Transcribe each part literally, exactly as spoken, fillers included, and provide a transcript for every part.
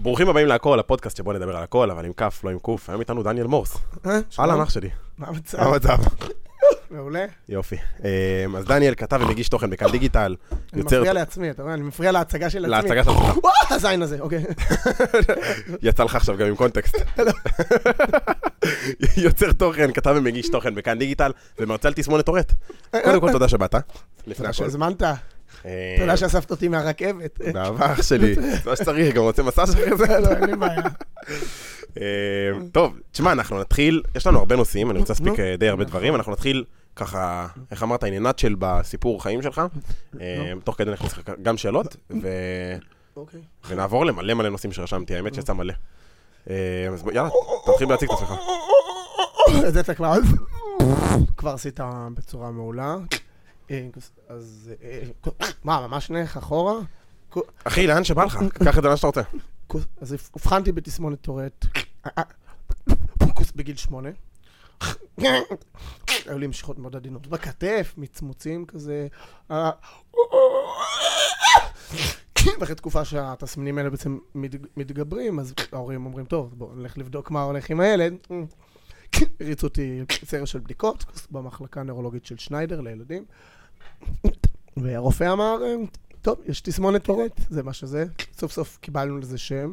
ברוכים הבאים להכל, הפודקאסט שבו נדבר על הכל, אבל עם כף, לא עם קוף. היום איתנו דניאל מורס. אהלן, אח שלי. מה המצב? מה המצב? מעולה. יופי. אז דניאל כתב ומגיש תוכן בכאן דיגיטל. אני מפריע לעצמי, אתה רואה? אני מפריע להצגה של עצמי. להצגה של עצמך. וואו, הזין הזה, אוקיי. יצא לך עכשיו גם עם קונטקסט. יוצר תוכן, כתב ומגיש תוכן בכאן דיגיטל, ומרצה על תסמונת טורט. קודם כל, תודה שבאת. תודה שהזמנת. תודה שאספת אותי מהרכבת. באהבה שלי. זה מה שצריך, גם רוצה מסע אחרי זה. לא, אין לי בעיה. טוב, תשמע, אנחנו נתחיל, יש לנו הרבה נושאים, אני רוצה להספיק די הרבה דברים, אנחנו נתחיל ככה, איך אמרת, עניינת של בסיפור חיים שלך, תוך כדי נכנס לך גם שאלות, ונעבור למלא מלא נושאים שרשמתי, האמת שיצא מלא. אז יאללה, תתחיל להציג את עצמך. זה אתה כבר, כבר עשית בצורה מעולה. אז, מה, ממש נלך אחורה? אחי, לאן שבא לך? קח את זה לאן שאתה רוצה. אז הבחנתי בתסמונת טורט, בגיל שמונה. היו לי משיכות מאוד עדינות בכתף, מצמוצים כזה. ואחרי תקופה שהתסמינים האלה בעצם מתגברים, אז ההורים אומרים, טוב, בואו נלך לבדוק מה הולך עם הילד. הריצו אותי סרט של בדיקות במחלקה הנוירולוגית של שניידר לילדים. והרופא אמר, טוב, יש תסמונת טורט, זה מה שזה. סוף סוף קיבלנו לזה שם.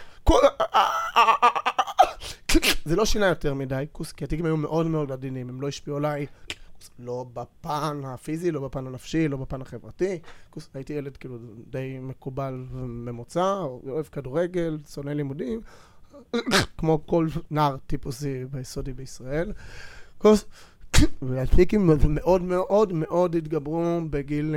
זה לא שינה יותר מדי, כי התיקים היו מאוד מאוד עדינים, הם לא השפיעו עליי, לא בפן הפיזי, לא בפן הנפשי, לא בפן החברתי. הייתי ילד כאילו די מקובל וממוצע, אוהב כדורגל, שונא לימודים, כמו כל נער טיפוסי ביסודי בישראל. והתיקים מאוד מאוד מאוד התגברו בגיל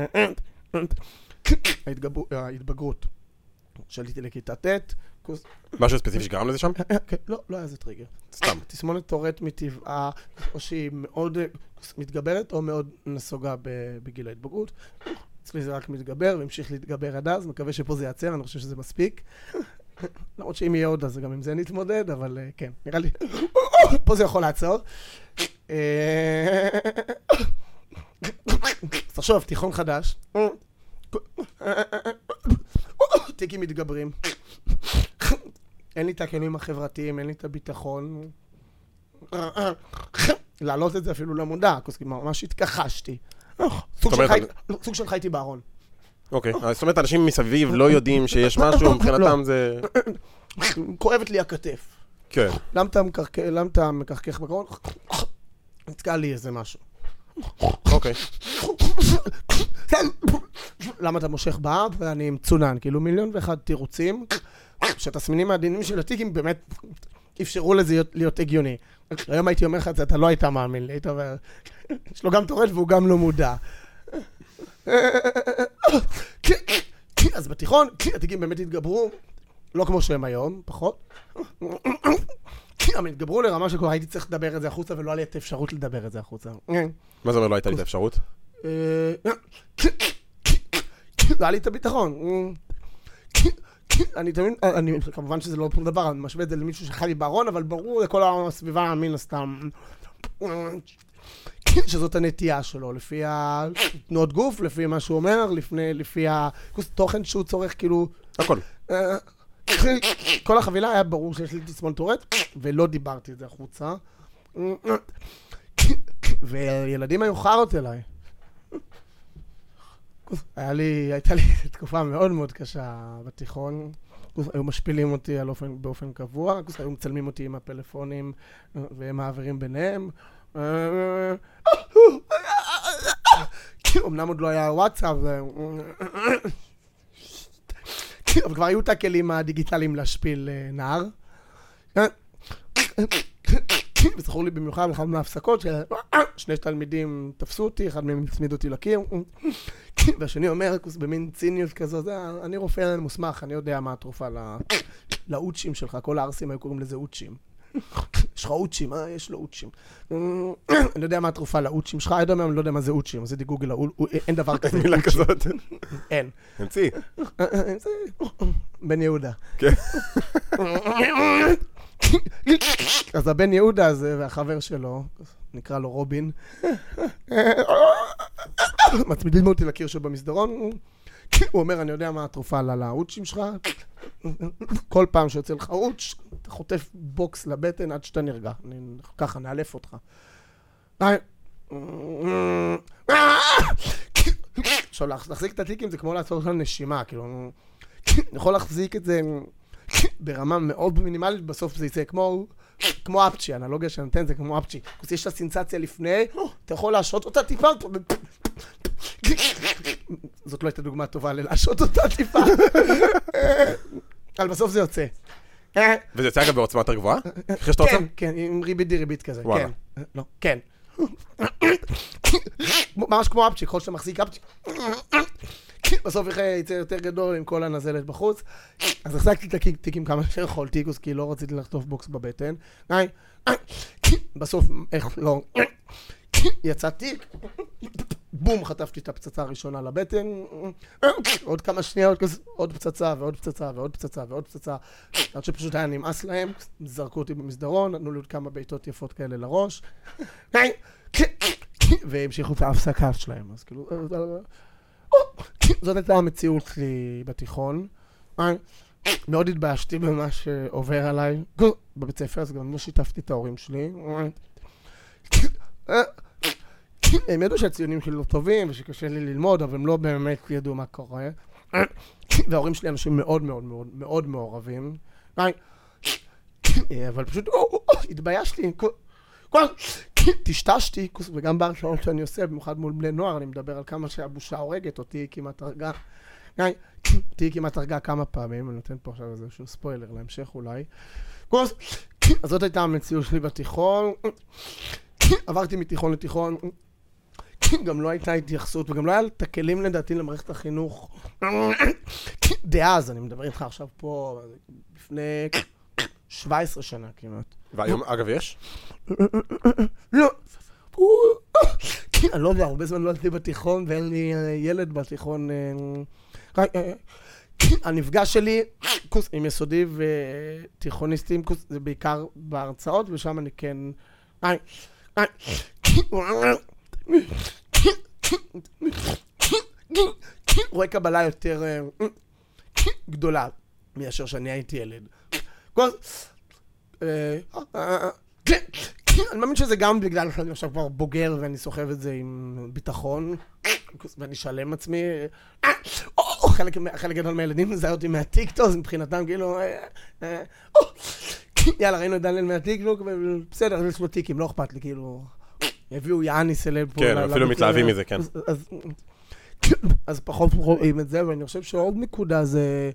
ההתבגרות. שעליתי לכיתה ט'. משהו ספציפי שגרם לזה שם? לא, לא היה זה טריגר. סתם. תסמונת טורט מטבעה, או שהיא מאוד מתגברת, או מאוד נסוגה בגיל ההתבגרות. אצלי זה רק מתגבר, והמשיך להתגבר עד אז. מקווה שפה זה יעצר, אני חושב שזה מספיק. למרות שאם יהיה עוד, אז גם עם זה נתמודד, אבל כן, נראה לי. פה זה יכול לעצור. תחשוב, תיכון חדש. תיקים מתגברים. אין לי את הכלים החברתיים, אין לי את הביטחון. להעלות את זה אפילו למודע, כי ממש התכחשתי. סוג של חייתי בארון. אוקיי, זאת אומרת, אנשים מסביב לא יודעים שיש משהו, מבחינתם זה... כואבת לי הכתף. כן. למה אתה מקחקך בגרון? נתקע לי איזה משהו. אוקיי. למה אתה מושך באב ואני מצונן, כאילו מיליון ואחד תירוצים, שהתסמינים העדינים של התיקים באמת אפשרו לזה להיות הגיוני. היום הייתי אומר לך את זה, אתה לא היית מאמין לי, היית אומר, יש לו גם טורט והוא גם לא מודע. אז בתיכון, התיקים באמת התגברו, לא כמו שהם היום, פחות. הם התגברו לרמה שכבר הייתי צריך לדבר את זה החוצה, ולא היה לי את האפשרות לדבר את זה החוצה. מה זה אומר לא הייתה לי את האפשרות? לא היה לי את הביטחון. אני תמיד, כמובן שזה לא אותו דבר, אני משווה את זה למישהו שחי לי בארון, אבל ברור לכל הסביבה מן הסתם שזאת הנטייה שלו, לפי התנועות גוף, לפי מה שהוא אומר, לפי התוכן שהוא צורך, כאילו... הכל. כל החבילה היה ברור שיש לי תסמונת טורט, ולא דיברתי את זה החוצה. וילדים היו חרות אליי. היה לי, הייתה לי תקופה מאוד מאוד קשה בתיכון. היו משפילים אותי באופן קבוע, היו מצלמים אותי עם הפלאפונים והם מעבירים ביניהם. אמנם עוד לא היה וואטסאפ, אבל כבר היו את הכלים הדיגיטליים להשפיל נער. וזכור לי במיוחד באחד מההפסקות ששני תלמידים תפסו אותי, אחד מהם הצמיד אותי לקיר, והשני אומר במין ציניות כזו, אני רופא מוסמך, אני יודע מה התרופה לאוצ'ים שלך, כל הארסים היו קוראים לזה אוצ'ים. יש לך אוצ'ים, אה? יש לו אוצ'ים. אני יודע מה התרופה לאוצ'ים שלך, אני לא יודע מה זה אוצ'ים, אז זה דיגוגל, אין דבר כזה. מילה כזאת. אין. המציא. בן יהודה. כן. אז הבן יהודה הזה והחבר שלו, נקרא לו רובין, מצמידים אותי לקיר שבמסדרון, הוא אומר, אני יודע מה התרופה ללאוצ'ים שלך, כל פעם שיוצא לך אוץ', אתה חוטף בוקס לבטן עד שאתה נרגע. ככה, נאלף אותך. עכשיו, להחזיק את הטיקים זה כמו לעצור של נשימה, כאילו, אני יכול להחזיק את זה ברמה מאוד מינימלית, בסוף זה יצא כמו, כמו אפצ'י, האנלוגיה שאני נותן זה כמו אפצ'י. יש לה סנסציה לפני, אתה יכול להשרות אותה טיפה, זאת לא הייתה דוגמה טובה ללהשרות אותה טיפה, אבל בסוף זה יוצא. וזה יוצא אגב בעוצמה יותר גבוהה? כן, כן, עם ריבית די ריבית כזה, כן. לא, כן. ממש כמו אפצ'י, ככל שאתה מחזיק אפצ'י. בסוף יצא יותר גדול עם כל הנזלת בחוץ. אז החזקתי את הטיקים כמה שיכולתי, כי לא רציתי לחטוף בוקס בבטן. בסוף, איך לא... יצא טיק, בום, חטפתי את הפצצה הראשונה לבטן, עוד כמה שניות, עוד פצצה ועוד פצצה ועוד פצצה ועוד פצצה, עד שפשוט היה נמאס להם, זרקו אותי במסדרון, נתנו לי עוד כמה בעיטות יפות כאלה לראש, והמשיכו את ההפסקה שלהם, אז כאילו, זאת הייתה המציאות שלי בתיכון, מאוד התביישתי במה שעובר עליי, בבית ספר, אז גם לא שיתפתי את ההורים שלי, הם ידעו שהציונים שלי לא טובים ושקשה לי ללמוד, אבל הם לא באמת ידעו מה קורה. וההורים שלי אנשים מאוד מאוד מאוד מאוד מעורבים. אבל פשוט התביישתי. תשתשתי, וגם בהרשאות שאני עושה, במיוחד מול בני נוער, אני מדבר על כמה שהבושה הורגת אותי כמעט הרגה. אותי כמעט הרגה כמה פעמים, אני נותן פה עכשיו איזשהו ספוילר להמשך אולי. אז זאת הייתה המציאות שלי בתיכון. עברתי מתיכון לתיכון, גם לא הייתה התייחסות, וגם לא היה את הכלים לדעתי למערכת החינוך. דאז, אני מדבר איתך עכשיו פה, לפני שבע עשרה שנה כמעט. והיום, אגב, יש? לא. אני לא יודע, הרבה זמן לא הייתי בתיכון, ואין לי ילד בתיכון. הנפגש שלי, עם יסודי ותיכוניסטים, זה בעיקר בהרצאות, ושם אני כן... רואה קבלה יותר גדולה מאשר שאני הייתי ילד. אני מאמין שזה גם בגלל שאני עכשיו כבר בוגר ואני סוחב את זה עם ביטחון ואני שלם עצמי. חלק גדול מהילדים מזהה אותי מהטיקטוק, מבחינתם כאילו יאללה, ראינו את דניאל מהטיקטוק, בסדר, יש לו טיקים, לא אכפת לי, כאילו, הביאו יעני סלב פה. כן, אפילו מתלהבים מזה, כן. אז פחות רואים את זה, ואני חושב שעוד נקודה זה...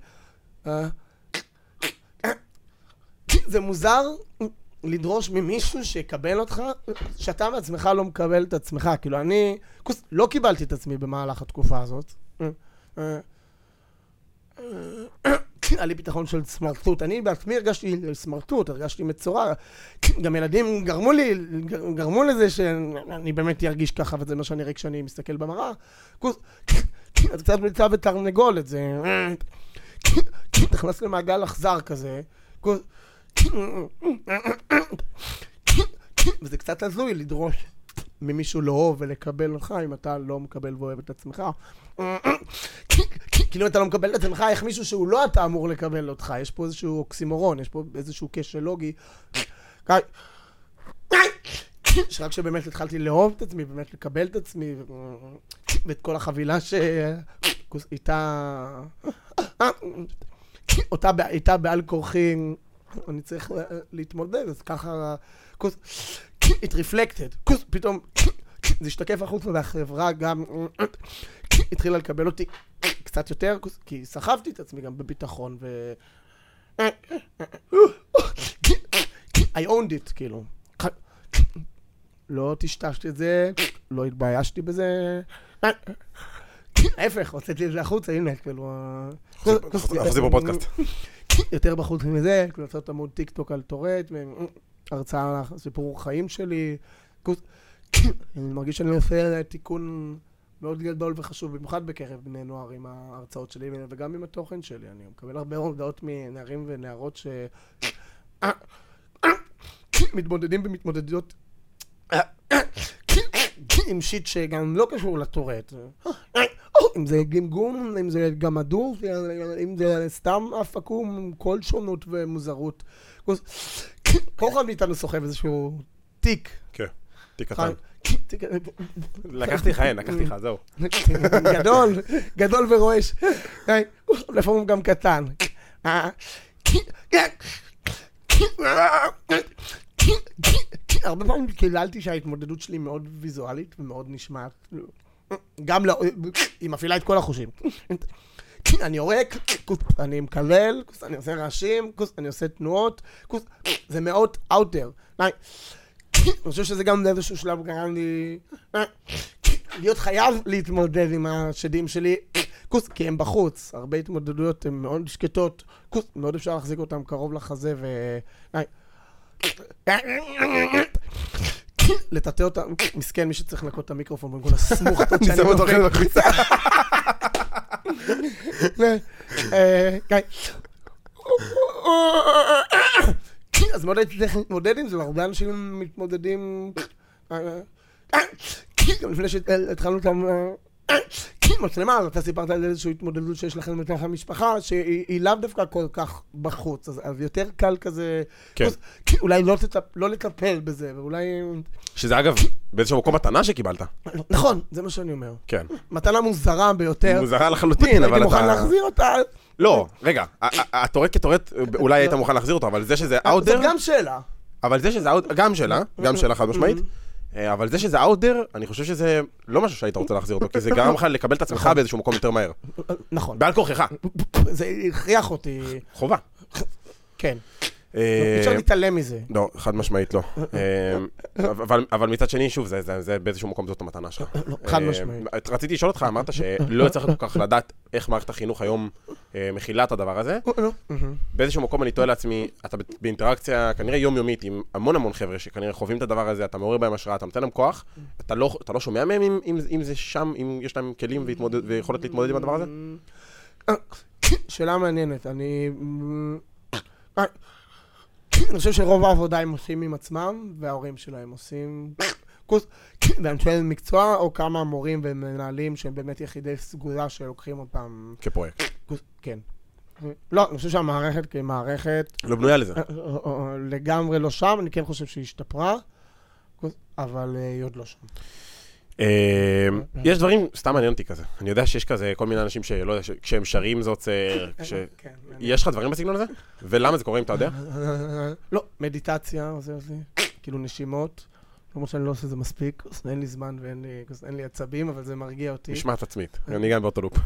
זה מוזר לדרוש ממישהו שיקבל אותך, שאתה מעצמך לא מקבל את עצמך, כאילו, אני לא קיבלתי את עצמי במהלך התקופה הזאת. היה לי ביטחון של סמרטוט, אני בעצמי הרגשתי סמרטוט, הרגשתי מצורע, גם ילדים גרמו לי, גרמו לזה שאני באמת ארגיש ככה, וזה מה שאני רואה כשאני מסתכל במראה, אז קצת מצא ותרנגולת, זה תכנס למעגל אכזר כזה, וזה קצת הזוי לדרוש ממישהו לאהוב ולקבל אותך, אם אתה לא מקבל ואוהב את עצמך. כאילו אתה לא מקבל את עצמך, איך מישהו שהוא לא אתה אמור לקבל אותך. יש פה איזשהו אוקסימורון, יש פה איזשהו קשר לוגי. שרק שבאמת התחלתי לאהוב את עצמי, באמת לקבל את עצמי, ואת כל החבילה שאיתה... אותה איתה בעל כורחי, אני צריך להתמודד, אז ככה... it reflected, פתאום זה השתקף החוץ והחברה גם התחילה לקבל אותי קצת יותר, כי סחבתי את עצמי גם בביטחון ו... I owned it, כאילו. לא תשתשתי את זה, לא התביישתי בזה. ההפך, הוצאתי את זה החוצה, הנה, כאילו... חוזרים בפודקאסט. יותר בחוץ מזה, כאילו, לעשות עמוד טיק טוק על טורט, הרצאה, סיפור חיים שלי. אני מרגיש שאני עושה תיקון מאוד גדול וחשוב, במיוחד בקרב בני נוער עם ההרצאות שלי וגם עם התוכן שלי. אני מקבל הרבה הודעות מנערים ונערות ש... מתמודדים ומתמודדות עם שיט שגם לא קשור לטורט. אם זה גמגום, אם זה גמדור, אם זה סתם אף עקום, כל שונות ומוזרות. כל אחד מאיתנו סוחב איזשהו תיק. כן, תיק קטן. לקחתי לך, אין, לקחתי לך, זהו. גדול, גדול ורועש. לפעמים גם קטן. הרבה פעמים קיללתי שההתמודדות שלי מאוד ויזואלית ומאוד נשמעת. גם לא, היא מפעילה את כל החושים. אני יורק, אני מקלל, אני עושה רעשים, אני עושה תנועות, זה מאוד out there. אני חושב שזה גם באיזשהו שלב גרם לי להיות חייב להתמודד עם השדים שלי, כי הם בחוץ, הרבה התמודדויות הן מאוד שקטות, מאוד אפשר להחזיק אותם קרוב לחזה ו... לטאטא אותם, מסכן מי שצריך לנקות את המיקרופון במקום לסמוך אותו שאני לא זוכר בקביצה. אז מאוד הייתי צריך להתמודד עם זה, והרבה אנשים מתמודדים גם לפני שהתחלנו אותם מצלמה, אז אתה סיפרת על איזושהי התמודדות שיש לכם בתוך המשפחה, שהיא לאו דווקא כל כך בחוץ, אז יותר קל כזה, אולי לא לטפל בזה, ואולי... שזה אגב, באיזשהו מקום מתנה שקיבלת. נכון, זה מה שאני אומר. כן. מתנה מוזרה ביותר. מוזרה לחלוטין, אבל אתה... הייתי מוכן להחזיר אותה. לא, רגע, התורט כתורט, אולי היית מוכן להחזיר אותו, אבל זה שזה out there... זאת גם שאלה. אבל זה שזה out... גם שאלה, גם שאלה חד משמעית. אבל זה שזה out there, אני חושב שזה לא משהו שהיית רוצה להחזיר אותו, כי זה גרם לך לקבל את עצמך באיזשהו מקום יותר מהר. נכון. בעל כורכך. זה הכריח אותי. חובה. כן. אפשר להתעלם מזה. לא, חד משמעית לא. אבל מצד שני, שוב, זה באיזשהו מקום זאת המתנה שלך. חד משמעית. רציתי לשאול אותך, אמרת שלא יצטרך כל כך לדעת איך מערכת החינוך היום מכילה את הדבר הזה. באיזשהו מקום אני תוהה לעצמי, אתה באינטראקציה כנראה יומיומית עם המון המון חבר'ה שכנראה חווים את הדבר הזה, אתה מעורר בהם השראה, אתה נותן להם כוח, אתה לא שומע מהם אם זה שם, אם יש להם כלים ויכולת להתמודד עם הדבר הזה? שאלה מעניינת, אני... אני חושב שרוב העבודה הם עושים עם עצמם, וההורים שלהם עושים קורס, ואנשי מקצוע, או כמה מורים ומנהלים שהם באמת יחידי סגולה שלוקחים אותם... כפרויקט. כן. לא, אני חושב שהמערכת כמערכת... לא בנויה לזה. לגמרי לא שם, אני כן חושב שהיא השתפרה, אבל היא עוד לא שם. יש דברים, סתם מעניין אותי כזה. אני יודע שיש כזה כל מיני אנשים שלא יודע, כשהם שרים זה עוצר, יש לך דברים בסגנון הזה? ולמה זה קורה אם אתה יודע? לא, מדיטציה, זה זה, כאילו נשימות. למרות שאני לא עושה זה מספיק, אין לי זמן ואין לי עצבים, אבל זה מרגיע אותי. משמעת עצמית, אני גם באותו לופ.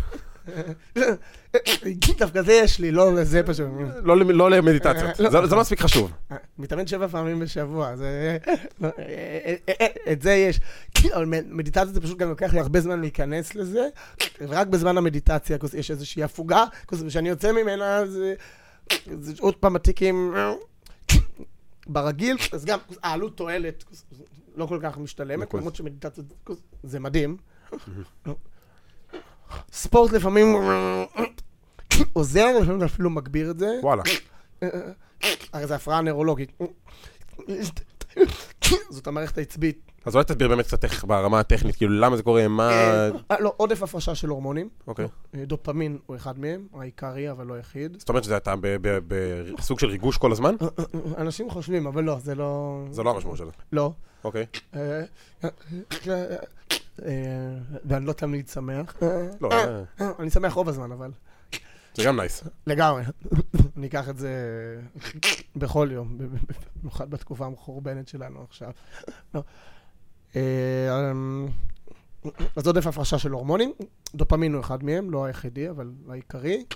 דווקא זה יש לי, לא לזה פשוט. לא למדיטציות, זה לא מספיק חשוב. מתאמן שבע פעמים בשבוע, את זה יש. אבל מדיטציה זה פשוט גם לוקח לי הרבה זמן להיכנס לזה, ורק בזמן המדיטציה יש איזושהי הפוגה, ושאני יוצא ממנה, זה עוד פעם עתיקים ברגיל, אז גם העלות תועלת לא כל כך משתלמת, למרות שמדיטציה זה מדהים. ספורט לפעמים עוזר, לפעמים אפילו מגביר את זה. וואלה. הרי זה הפרעה נוירולוגית. זאת המערכת העצבית. אז אולי תסביר באמת קצת איך ברמה הטכנית, כאילו למה זה קורה, מה... לא, עודף הפרשה של הורמונים. אוקיי. דופמין הוא אחד מהם, העיקרי, אבל לא היחיד. זאת אומרת שזה אתה בסוג של ריגוש כל הזמן? אנשים חושבים, אבל לא, זה לא... זה לא המשמעות של זה. לא. אוקיי. ואני לא תמיד שמח. לא, אני שמח רוב הזמן, אבל... זה גם נייס. לגמרי. אני אקח את זה בכל יום, במיוחד בתקופה המחורבנת שלנו עכשיו. אז עודף הפרשה של הורמונים, דופמין הוא אחד מהם, לא היחידי, אבל העיקרי.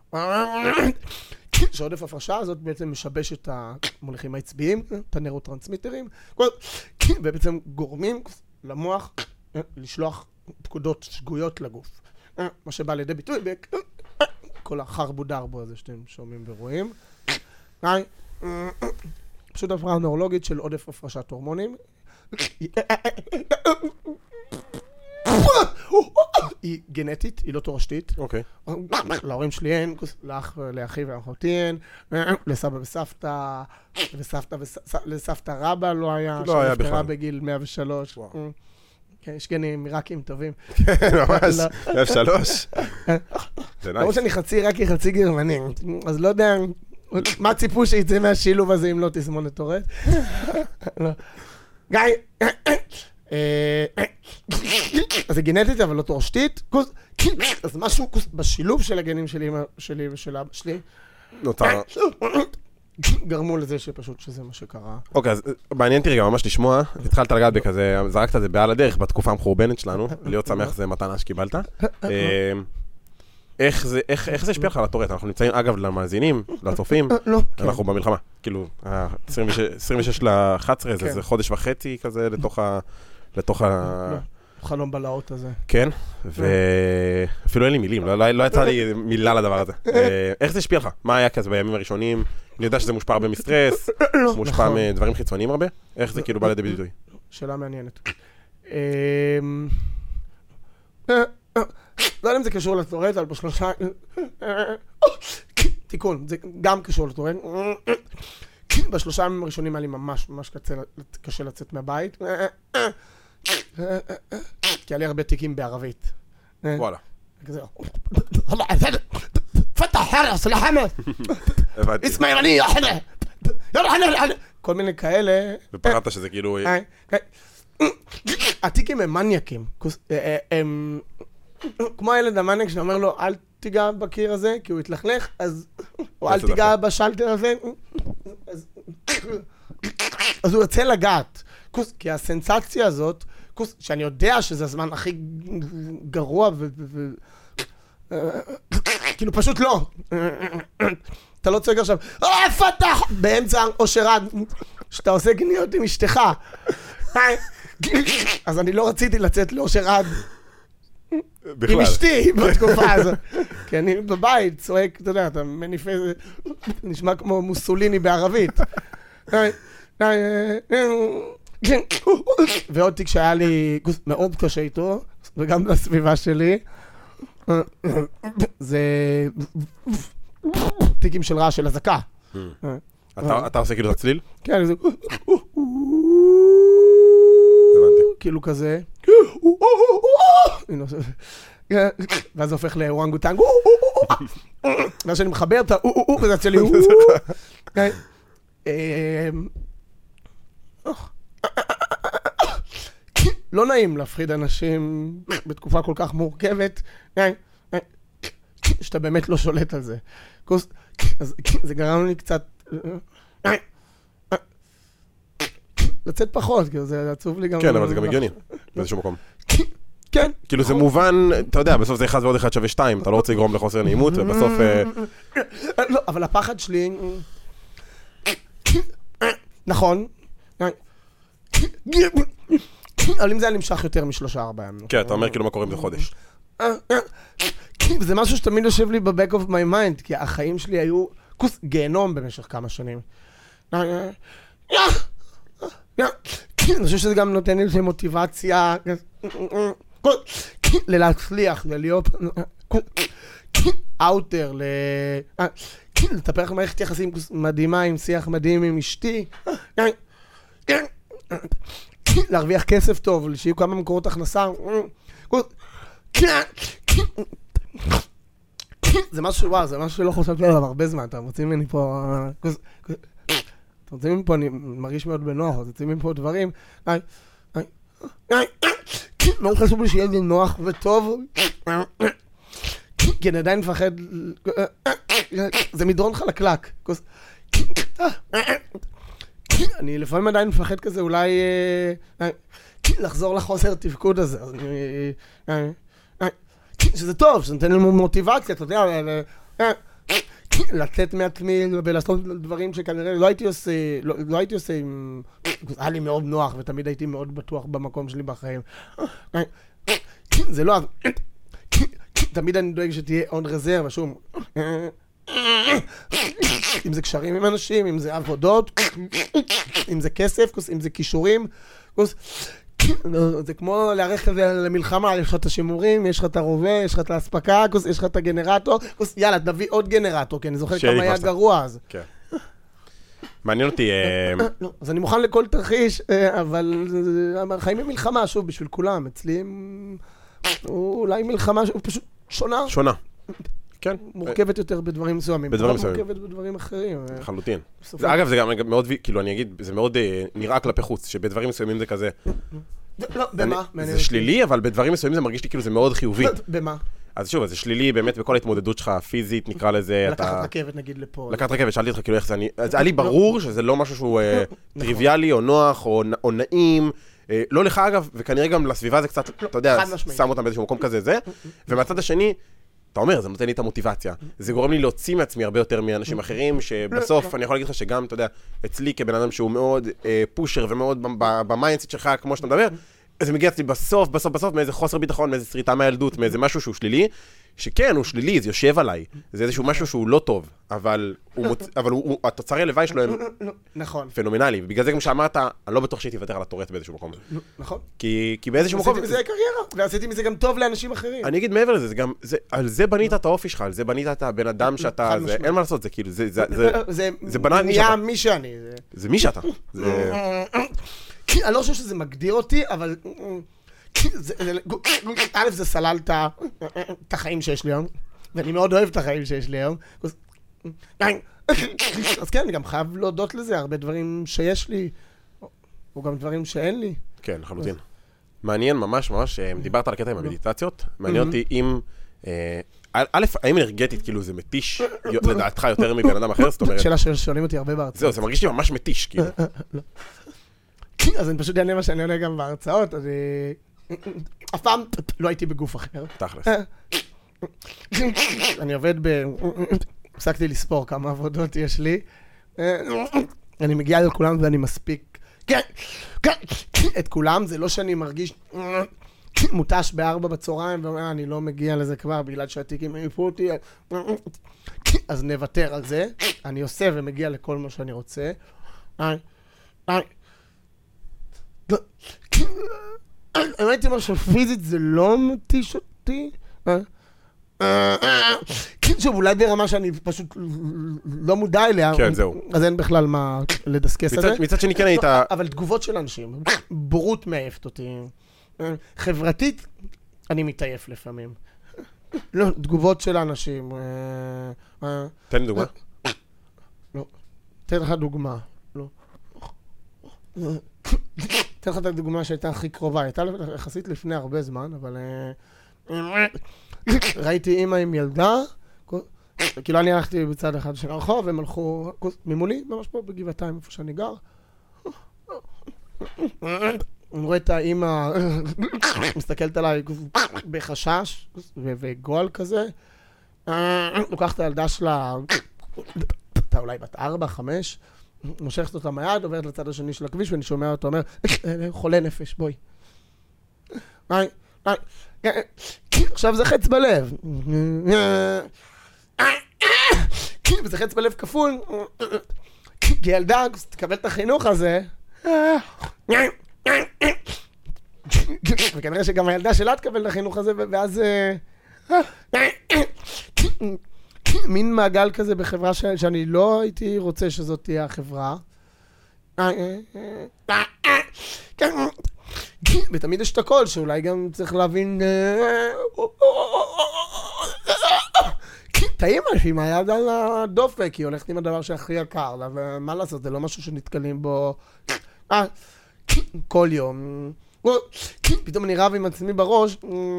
שעודף הפרשה הזאת בעצם משבש את המוליכים העצביים, את הנוירוטרנסמיטרים, ובעצם גורמים למוח לשלוח פקודות שגויות לגוף. מה שבא לידי ביטוי כל החרבו דרבו הזה שאתם שומעים ורואים. פשוט הפרעה נוירולוגית של עודף הפרשת הורמונים. היא גנטית, היא לא תורשתית. אוקיי. להורים שלי אין, לאח ולאחי ולאחותי אין, לסבא וסבתא, לסבתא רבא לא היה, לא היה בכלל. שנפטרה בגיל מאה ושלוש. כן, יש גנים עיראקים טובים. כן, ממש, אף שלוש. זה למרות שאני חצי עיראקי, חצי גרמני, אז לא יודע מה ציפו שיצא מהשילוב הזה אם לא תסמונת טורט. גיא, אז זה גנטית אבל לא תורשתית, אז משהו בשילוב של הגנים שלי ושל אבא שלי, נותר. גרמו לזה שפשוט שזה מה שקרה. אוקיי, אז מעניין אותי רגע ממש לשמוע, התחלת לגעת בכזה, זרקת את זה בעל הדרך בתקופה המחורבנת שלנו, להיות שמח זה מתנה שקיבלת. איך זה, איך, איך זה השפיע לך על הטורט? אנחנו נמצאים, אגב, למאזינים, לצופים, אנחנו במלחמה. כאילו, עשרים ושש לאחת עשרה, זה חודש וחצי כזה לתוך ה... לתוך ה... חלום בלהות הזה. כן, ואפילו אין לי מילים, לא יצא לי מילה לדבר הזה. איך זה השפיע לך? מה היה כזה בימים הראשונים? אני יודע שזה מושפע הרבה מסטרס, מושפע מדברים חיצוניים הרבה. איך זה כאילו בא לידי ביטוי? שאלה מעניינת. לא יודע אם זה קשור לטורט, אבל בשלושה... תיקון, זה גם קשור לטורט. בשלושה ימים הראשונים היה לי ממש ממש קשה לצאת מהבית. כי היה לי הרבה תיקים בערבית. וואלה. כזה... פתח חרס לחמאס! אסמאעיל אני, יחנה! יחנה! כל מיני כאלה... ופחדת שזה כאילו... התיקים הם מניאקים. הם... כמו הילד המניאק שאומר לו, אל תיגע בקיר הזה, כי הוא יתלכלך, אז... או אל תיגע בשלטר הזה. אז הוא יוצא לגעת. כי הסנסציה הזאת, שאני יודע שזה הזמן הכי גרוע ו... כאילו פשוט לא. אתה לא צועק עכשיו, אה, פתח! באמצע אושרד, שאתה עושה גניות עם אשתך. אז אני לא רציתי לצאת לאושרד עם אשתי בתקופה הזאת. כי אני בבית צועק, אתה יודע, אתה מניפה, נשמע כמו מוסוליני בערבית. ועוד תיק שהיה לי מאוד קשה איתו, וגם לסביבה שלי, זה תיקים של רעש של הזקה. אתה עושה כאילו את הצליל? כן, זה... כאילו כזה. ואז זה הופך לאורנגוטנג. ואז שאני מחבר את ה... וזה יוצא לי... לא נעים להפחיד אנשים בתקופה כל כך מורכבת, שאתה באמת לא שולט על זה. זה גרם לי קצת... לצאת פחות, כאילו זה עצוב לי גם... כן, אבל זה גם הגיוני, באיזשהו מקום. כן. כאילו זה מובן, אתה יודע, בסוף זה אחד ועוד אחד שווה שתיים, אתה לא רוצה לגרום לחוסר נעימות, ובסוף... לא, אבל הפחד שלי... נכון. אבל אם זה היה נמשך יותר משלושה ארבעה ימים. כן, אתה אומר כאילו מה קורה עם זה חודש. זה משהו שתמיד יושב לי ב-back of my mind, כי החיים שלי היו כוס גיהנום במשך כמה שנים. אני חושב שזה גם נותן לי מוטיבציה ללהצליח, ללהיות אאוטר, לטפח מערכת יחסים מדהימה עם שיח מדהים עם אשתי, להרוויח כסף טוב, שיהיו כמה מקורות הכנסה. זה משהו, וואו, זה משהו שלא חושבתי עליו הרבה זמן, אתם רוצים ממני פה... אתם רוצים ממני פה, אני מרגיש מאוד בנוח, אז רוצים ממני פה דברים. מאוד חשוב לי שיהיה לי נוח וטוב, כי אני עדיין מפחד... זה מדרון חלקלק. אני לפעמים עדיין מפחד כזה, אולי לחזור לחוסר תפקוד הזה. שזה טוב, שזה נותן לנו מוטיבציה, אתה יודע, לצאת מעצמי ולעשות דברים שכנראה לא הייתי עושה, לא הייתי עושה עם... היה לי מאוד נוח ותמיד הייתי מאוד בטוח במקום שלי בחיים. זה לא... תמיד אני דואג שתהיה עוד רזרבה, שום... אם זה קשרים עם אנשים, אם זה עבודות, אם זה כסף, אם זה כישורים, זה כמו להערך כזה למלחמה, יש לך את השימורים, יש לך את הרובה, יש לך את ההספקה, יש לך את הגנרטור, יאללה, נביא עוד גנרטור, כי אני זוכר כמה היה גרוע אז. מעניין אותי... לא, אז אני מוכן לכל תרחיש, אבל חיים הם מלחמה, שוב, בשביל כולם. אצלי הם... אולי מלחמה פשוט שונה. שונה. כן. מורכבת יותר בדברים מסוימים. בדברים מסוימים. מורכבת בדברים אחרים. חלוטין. אגב, זה גם מאוד, כאילו, אני אגיד, זה מאוד נראה כלפי חוץ, שבדברים מסוימים זה כזה... לא, במה? זה שלילי, אבל בדברים מסוימים זה מרגיש לי כאילו זה מאוד חיובי. במה? אז שוב, זה שלילי באמת בכל ההתמודדות שלך, פיזית, נקרא לזה. לקחת רכבת, נגיד, לפה. לקחת רכבת, שאלתי אותך כאילו איך זה, אז היה לי ברור שזה לא משהו שהוא טריוויאלי או נוח או נעים. לא לך אגב, וכנראה גם לסביבה זה קצת, אתה יודע, שם אותם באיזשהו מקום כזה זה. ומהצד השני, אתה אומר, זה נותן לי את המוטיבציה. זה גורם לי להוציא מעצמי הרבה יותר מאנשים אחרים, שבסוף אני יכול להגיד לך שגם, אתה יודע, אצלי כבן אדם שהוא מאוד פושר ומאוד במיינדסט שלך, כמו שאתה מדבר, זה מגיע אצלי בסוף, בסוף, בסוף, מאיזה חוסר ביטחון, מאיזה שריטה מהילדות, מאיזה משהו שהוא שלילי, שכן, הוא שלילי, זה יושב עליי. זה איזשהו משהו שהוא לא טוב, אבל התוצרי הלוואי שלו הם פנומנלי. ובגלל זה גם שאמרת, אני לא בטוח שהייתי אוותר על הטורט באיזשהו מקום. נכון. כי באיזשהו מקום... עשיתי מזה קריירה, ועשיתי מזה גם טוב לאנשים אחרים. אני אגיד מעבר לזה, על זה בנית את האופי שלך, על זה בנית את הבן אדם שאתה... אין מה לעשות, זה כאילו, זה בנה מי שאתה. נהיה מי שאני. זה מי שאתה. אני לא חושב שזה מגדיר אותי, אבל... א', זה סלל את החיים שיש לי היום, ואני מאוד אוהב את החיים שיש לי היום. אז כן, אני גם חייב להודות לזה, הרבה דברים שיש לי, או גם דברים שאין לי. כן, לחלוטין. מעניין ממש ממש, דיברת על הקטע עם המדיטציות, מעניין אותי אם... א', האם אנרגטית, כאילו, זה מתיש לדעתך יותר מבן אדם אחר? שאלה ששואלים אותי הרבה בהרצאות. זהו, זה מרגיש לי ממש מתיש, כאילו. לא. אז אני פשוט אענה מה שאני עונה גם בהרצאות, אני... אף פעם לא הייתי בגוף אחר. תכלס. אני עובד ב... הפסקתי לספור כמה עבודות יש לי. אני מגיע לכולם ואני מספיק... את כולם, זה לא שאני מרגיש מוטש בארבע בצהריים, ואומר, אני לא מגיע לזה כבר בגלל שהתיקים העיפו אותי. אז נוותר על זה. אני עושה ומגיע לכל מה שאני רוצה. האמת היא משהו פיזית זה לא מתיש אותי. שוב, אולי ברמה שאני פשוט לא מודע אליה. כן, זהו. אז אין בכלל מה לדסקס על זה. מצד שני כן היית... אבל תגובות של אנשים, בורות מעייפת אותי. חברתית, אני מתעייף לפעמים. לא, תגובות של אנשים. תן לי דוגמה. לא. תן לך דוגמה. לא. תן לך את הדוגמה שהייתה הכי קרובה, הייתה יחסית לפני הרבה זמן, אבל ראיתי אמא עם ילדה, כאילו אני הלכתי בצד אחד של הרחוב, והם הלכו ממולי, ממש פה בגבעתיים, איפה שאני גר. אני רואה את האמא מסתכלת עליי בחשש וגועל כזה, לוקחת את הילדה שלה, אתה אולי בת ארבע, חמש, מושכת אותה מהיד, עוברת לצד השני של הכביש, ואני שומע אותו אומר, חולה נפש, בואי. עכשיו זה חץ בלב. וזה חץ בלב כפול. כי ילדה, תקבל את החינוך הזה. וכנראה שגם הילדה שלה תקבל את החינוך הזה, ואז... מין מעגל כזה בחברה שאני לא הייתי רוצה שזאת תהיה החברה. ותמיד יש את הכל, שאולי גם צריך להבין... טעים עם היד על הדופק, היא הולכת עם הדבר שהכי יקר, ומה לעשות, זה לא משהו שנתקלים בו כל יום. פתאום אני רב עם עצמי בראש,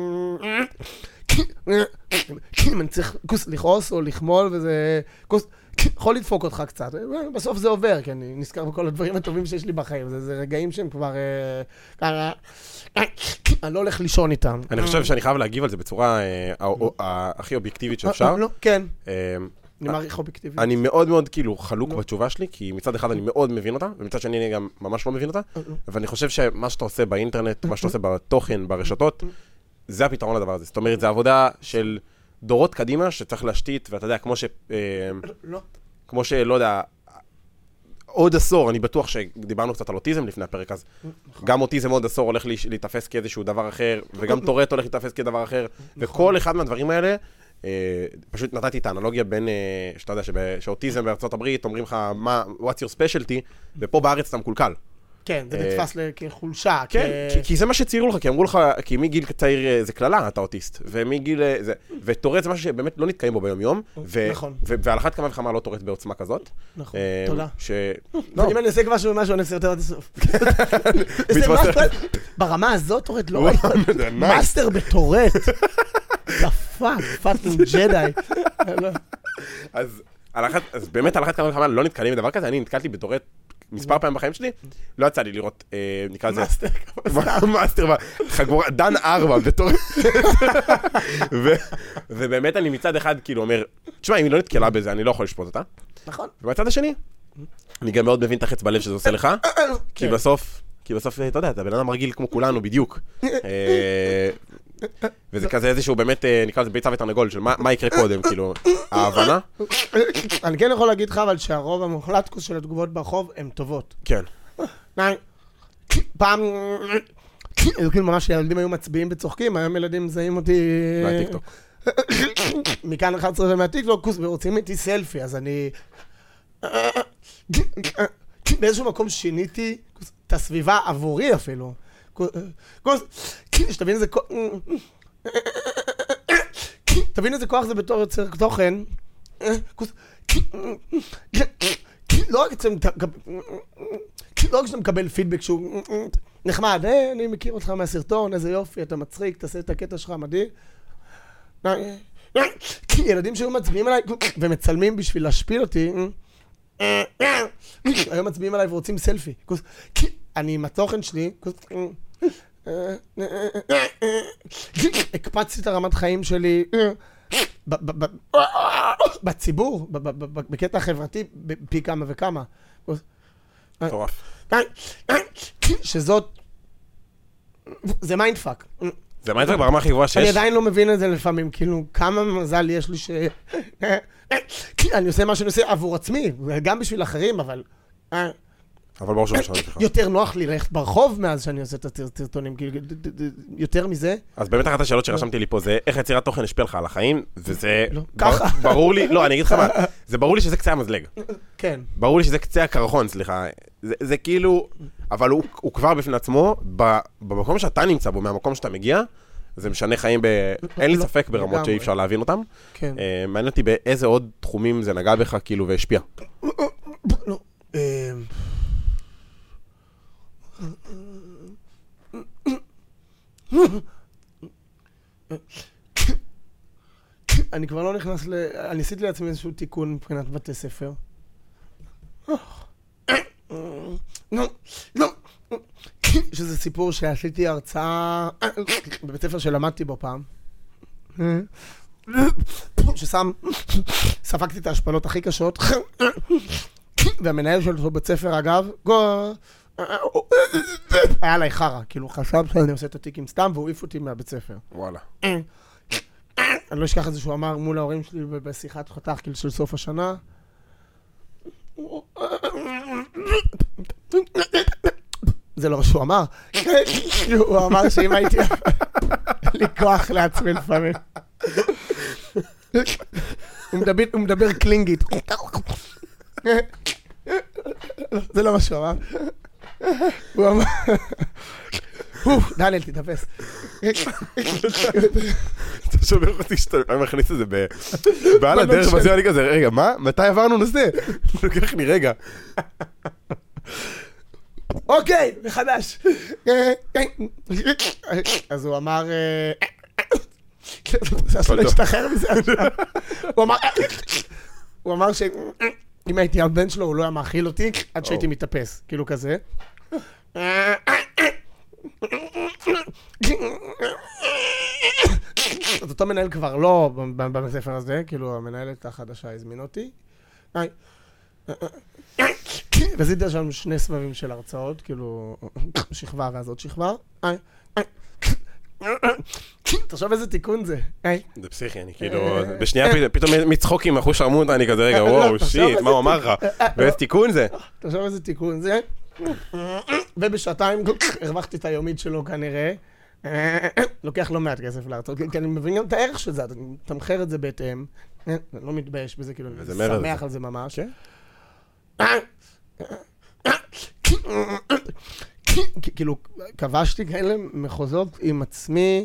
אם אני צריך לכעוס או לחמול, וזה יכול לדפוק אותך קצת. בסוף זה עובר, כי אני נזכר בכל הדברים הטובים שיש לי בחיים. זה רגעים שהם כבר... אני לא הולך לישון איתם. אני חושב שאני חייב להגיב על זה בצורה הכי אובייקטיבית שאפשר. כן. אני מעריך אובייקטיבית. אני מאוד מאוד כאילו חלוק בתשובה שלי, כי מצד אחד אני מאוד מבין אותה, ומצד שני אני גם ממש לא מבין אותה. ואני חושב שמה שאתה עושה באינטרנט, מה שאתה עושה בתוכן, ברשתות, זה הפתרון לדבר הזה. זאת אומרת, זה עבודה של דורות קדימה שצריך להשתית, ואתה יודע, כמו ש... לא. כמו שלא יודע, עוד עשור, אני בטוח שדיברנו קצת על אוטיזם לפני הפרק, אז גם אוטיזם עוד עשור הולך להתאפס כאיזשהו דבר אחר, וגם טורט הולך להתאפס כדבר אחר, וכל אחד מהדברים האלה, פשוט נתתי את האנלוגיה בין, שאתה יודע, שאוטיזם בארצות הברית, אומרים לך, what's your specialty, ופה בארץ אתה מקולקל. כן, זה נתפס כחולשה. כן, כי זה מה שציירו לך, כי אמרו לך, כי מגיל צעיר זה כללה, אתה אוטיסט, ומגיל זה, וטורט זה משהו שבאמת לא נתקיים בו ביום יום, ועל אחת כמה וכמה לא טורט בעוצמה כזאת. נכון, תודה. לא. אם אני עושה משהו משהו, אני אעשה יותר עד הסוף. ברמה הזאת טורט לא ראיתי. מאסטר בטורט. דפק, פאקינג ג'די. אז באמת על אחת כמה וכמה לא נתקלים בדבר כזה, אני נתקלתי בטורט מספר פעמים בחיים שלי, לא יצא לי לראות, נקרא לזה... מאסטר. מאסטר, חגורה, דן ארבע, בתור... ובאמת אני מצד אחד כאילו אומר, תשמע, אם היא לא נתקלה בזה, אני לא יכול לשפוט אותה. נכון. ובצד השני, אני גם מאוד מבין את החץ בלב שזה עושה לך, כי בסוף, כי בסוף, אתה יודע, אתה בן אדם רגיל כמו כולנו בדיוק. וזה כזה איזשהו באמת, נקרא לזה ביצה ותרנגול, של מה יקרה קודם, כאילו, ההבנה. אני כן יכול להגיד לך, אבל שהרוב המוחלט של התגובות ברחוב הן טובות. כן. פעם, כאילו ממש ילדים היו מצביעים בצוחקים, היום ילדים מזהים אותי... מהטיקטוק. מכאן אחת עשרה ומהטיקטוק, ורוצים איתי סלפי, אז אני... באיזשהו מקום שיניתי את הסביבה עבורי אפילו. שתבין איזה כוח... תבין איזה כוח זה בתור יוצר תוכן. לא רק שאתה מקבל פידבק שהוא נחמד, אני מכיר אותך מהסרטון, איזה יופי, אתה מצחיק, תעשה את הקטע שלך, מדהים. ילדים שהיו מצביעים עליי ומצלמים בשביל להשפיל אותי, היום מצביעים עליי ורוצים סלפי. אני עם התוכן שלי, הקפצתי את הרמת חיים שלי בציבור, בקטע החברתי, פי כמה וכמה. טורף. שזאת, זה מיינדפאק. זה מיינדפאק ברמה הכי גבוהה שיש. אני עדיין לא מבין את זה לפעמים, כאילו, כמה מזל יש לי ש... אני עושה מה שאני עושה עבור עצמי, גם בשביל אחרים, אבל... אבל ברור שאני שלך. יותר נוח לי ללכת ברחוב מאז שאני עושה את הסרטונים, יותר מזה. אז באמת אחת השאלות שרשמתי לי פה זה, איך יצירת תוכן השפיע לך על החיים, וזה... ככה. ברור לי, לא, אני אגיד לך מה, זה ברור לי שזה קצה המזלג. כן. ברור לי שזה קצה הקרחון, סליחה. זה כאילו, אבל הוא כבר בפני עצמו, במקום שאתה נמצא בו, מהמקום שאתה מגיע, זה משנה חיים ב... אין לי ספק ברמות שאי אפשר להבין אותם. כן. מעניין אותי באיזה עוד תחומים זה נגע בך, כאילו, והשפיע. לא. אני כבר לא נכנס ל... אני עשיתי לעצמי איזשהו תיקון מבחינת בתי ספר. שזה סיפור שעשיתי הרצאה בבית ספר שלמדתי בו פעם. ששם... ספגתי את ההשפלות הכי קשות. והמנהל של אותו בית ספר, אגב, היה עליי חרה, כאילו חשב שאני עושה את התיקים סתם, והוא העיף אותי מהבית ספר. וואלה. אני לא אשכח את זה שהוא אמר מול ההורים שלי בשיחת חתך, כאילו של סוף השנה. זה לא מה שהוא אמר. הוא אמר שאם הייתי... לי כוח לעצמי לפעמים. הוא מדבר קלינגית. זה לא מה שהוא אמר. הוא אמר... דניאל, תתאפס. אתה שומר אותי שאתה מכניס את זה בעל הדרך, בזה אני כזה, רגע, מה? מתי עברנו נושא? לוקח לי רגע. אוקיי, מחדש. אז הוא אמר... זה לא השתחרר מזה. הוא אמר... הוא אמר ש... אם הייתי על בן שלו, הוא לא היה מאכיל אותי עד שהייתי מתאפס, כאילו כזה. אז אותו מנהל כבר לא בבית הספר הזה, כאילו המנהלת החדשה הזמין אותי. ועשיתי שם שני סבבים של הרצאות, כאילו שכבה ואז עוד שכבה. תחשוב איזה תיקון זה. זה פסיכי, אני כאילו, בשנייה פתאום מצחוקים אחוז שרמוטה, אני כזה רגע, וואו, שיט, מה הוא אמר לך? ואיזה תיקון זה? תחשוב איזה תיקון זה. ובשעתיים הרווחתי את היומית שלו כנראה. לוקח לא מעט כסף להרצות, כי אני מבין גם את הערך של זה, אתה תמחר את זה בהתאם, אני לא מתבייש בזה, כאילו, אני שמח על זה ממש. כאילו, כבשתי כאלה מחוזות עם עצמי,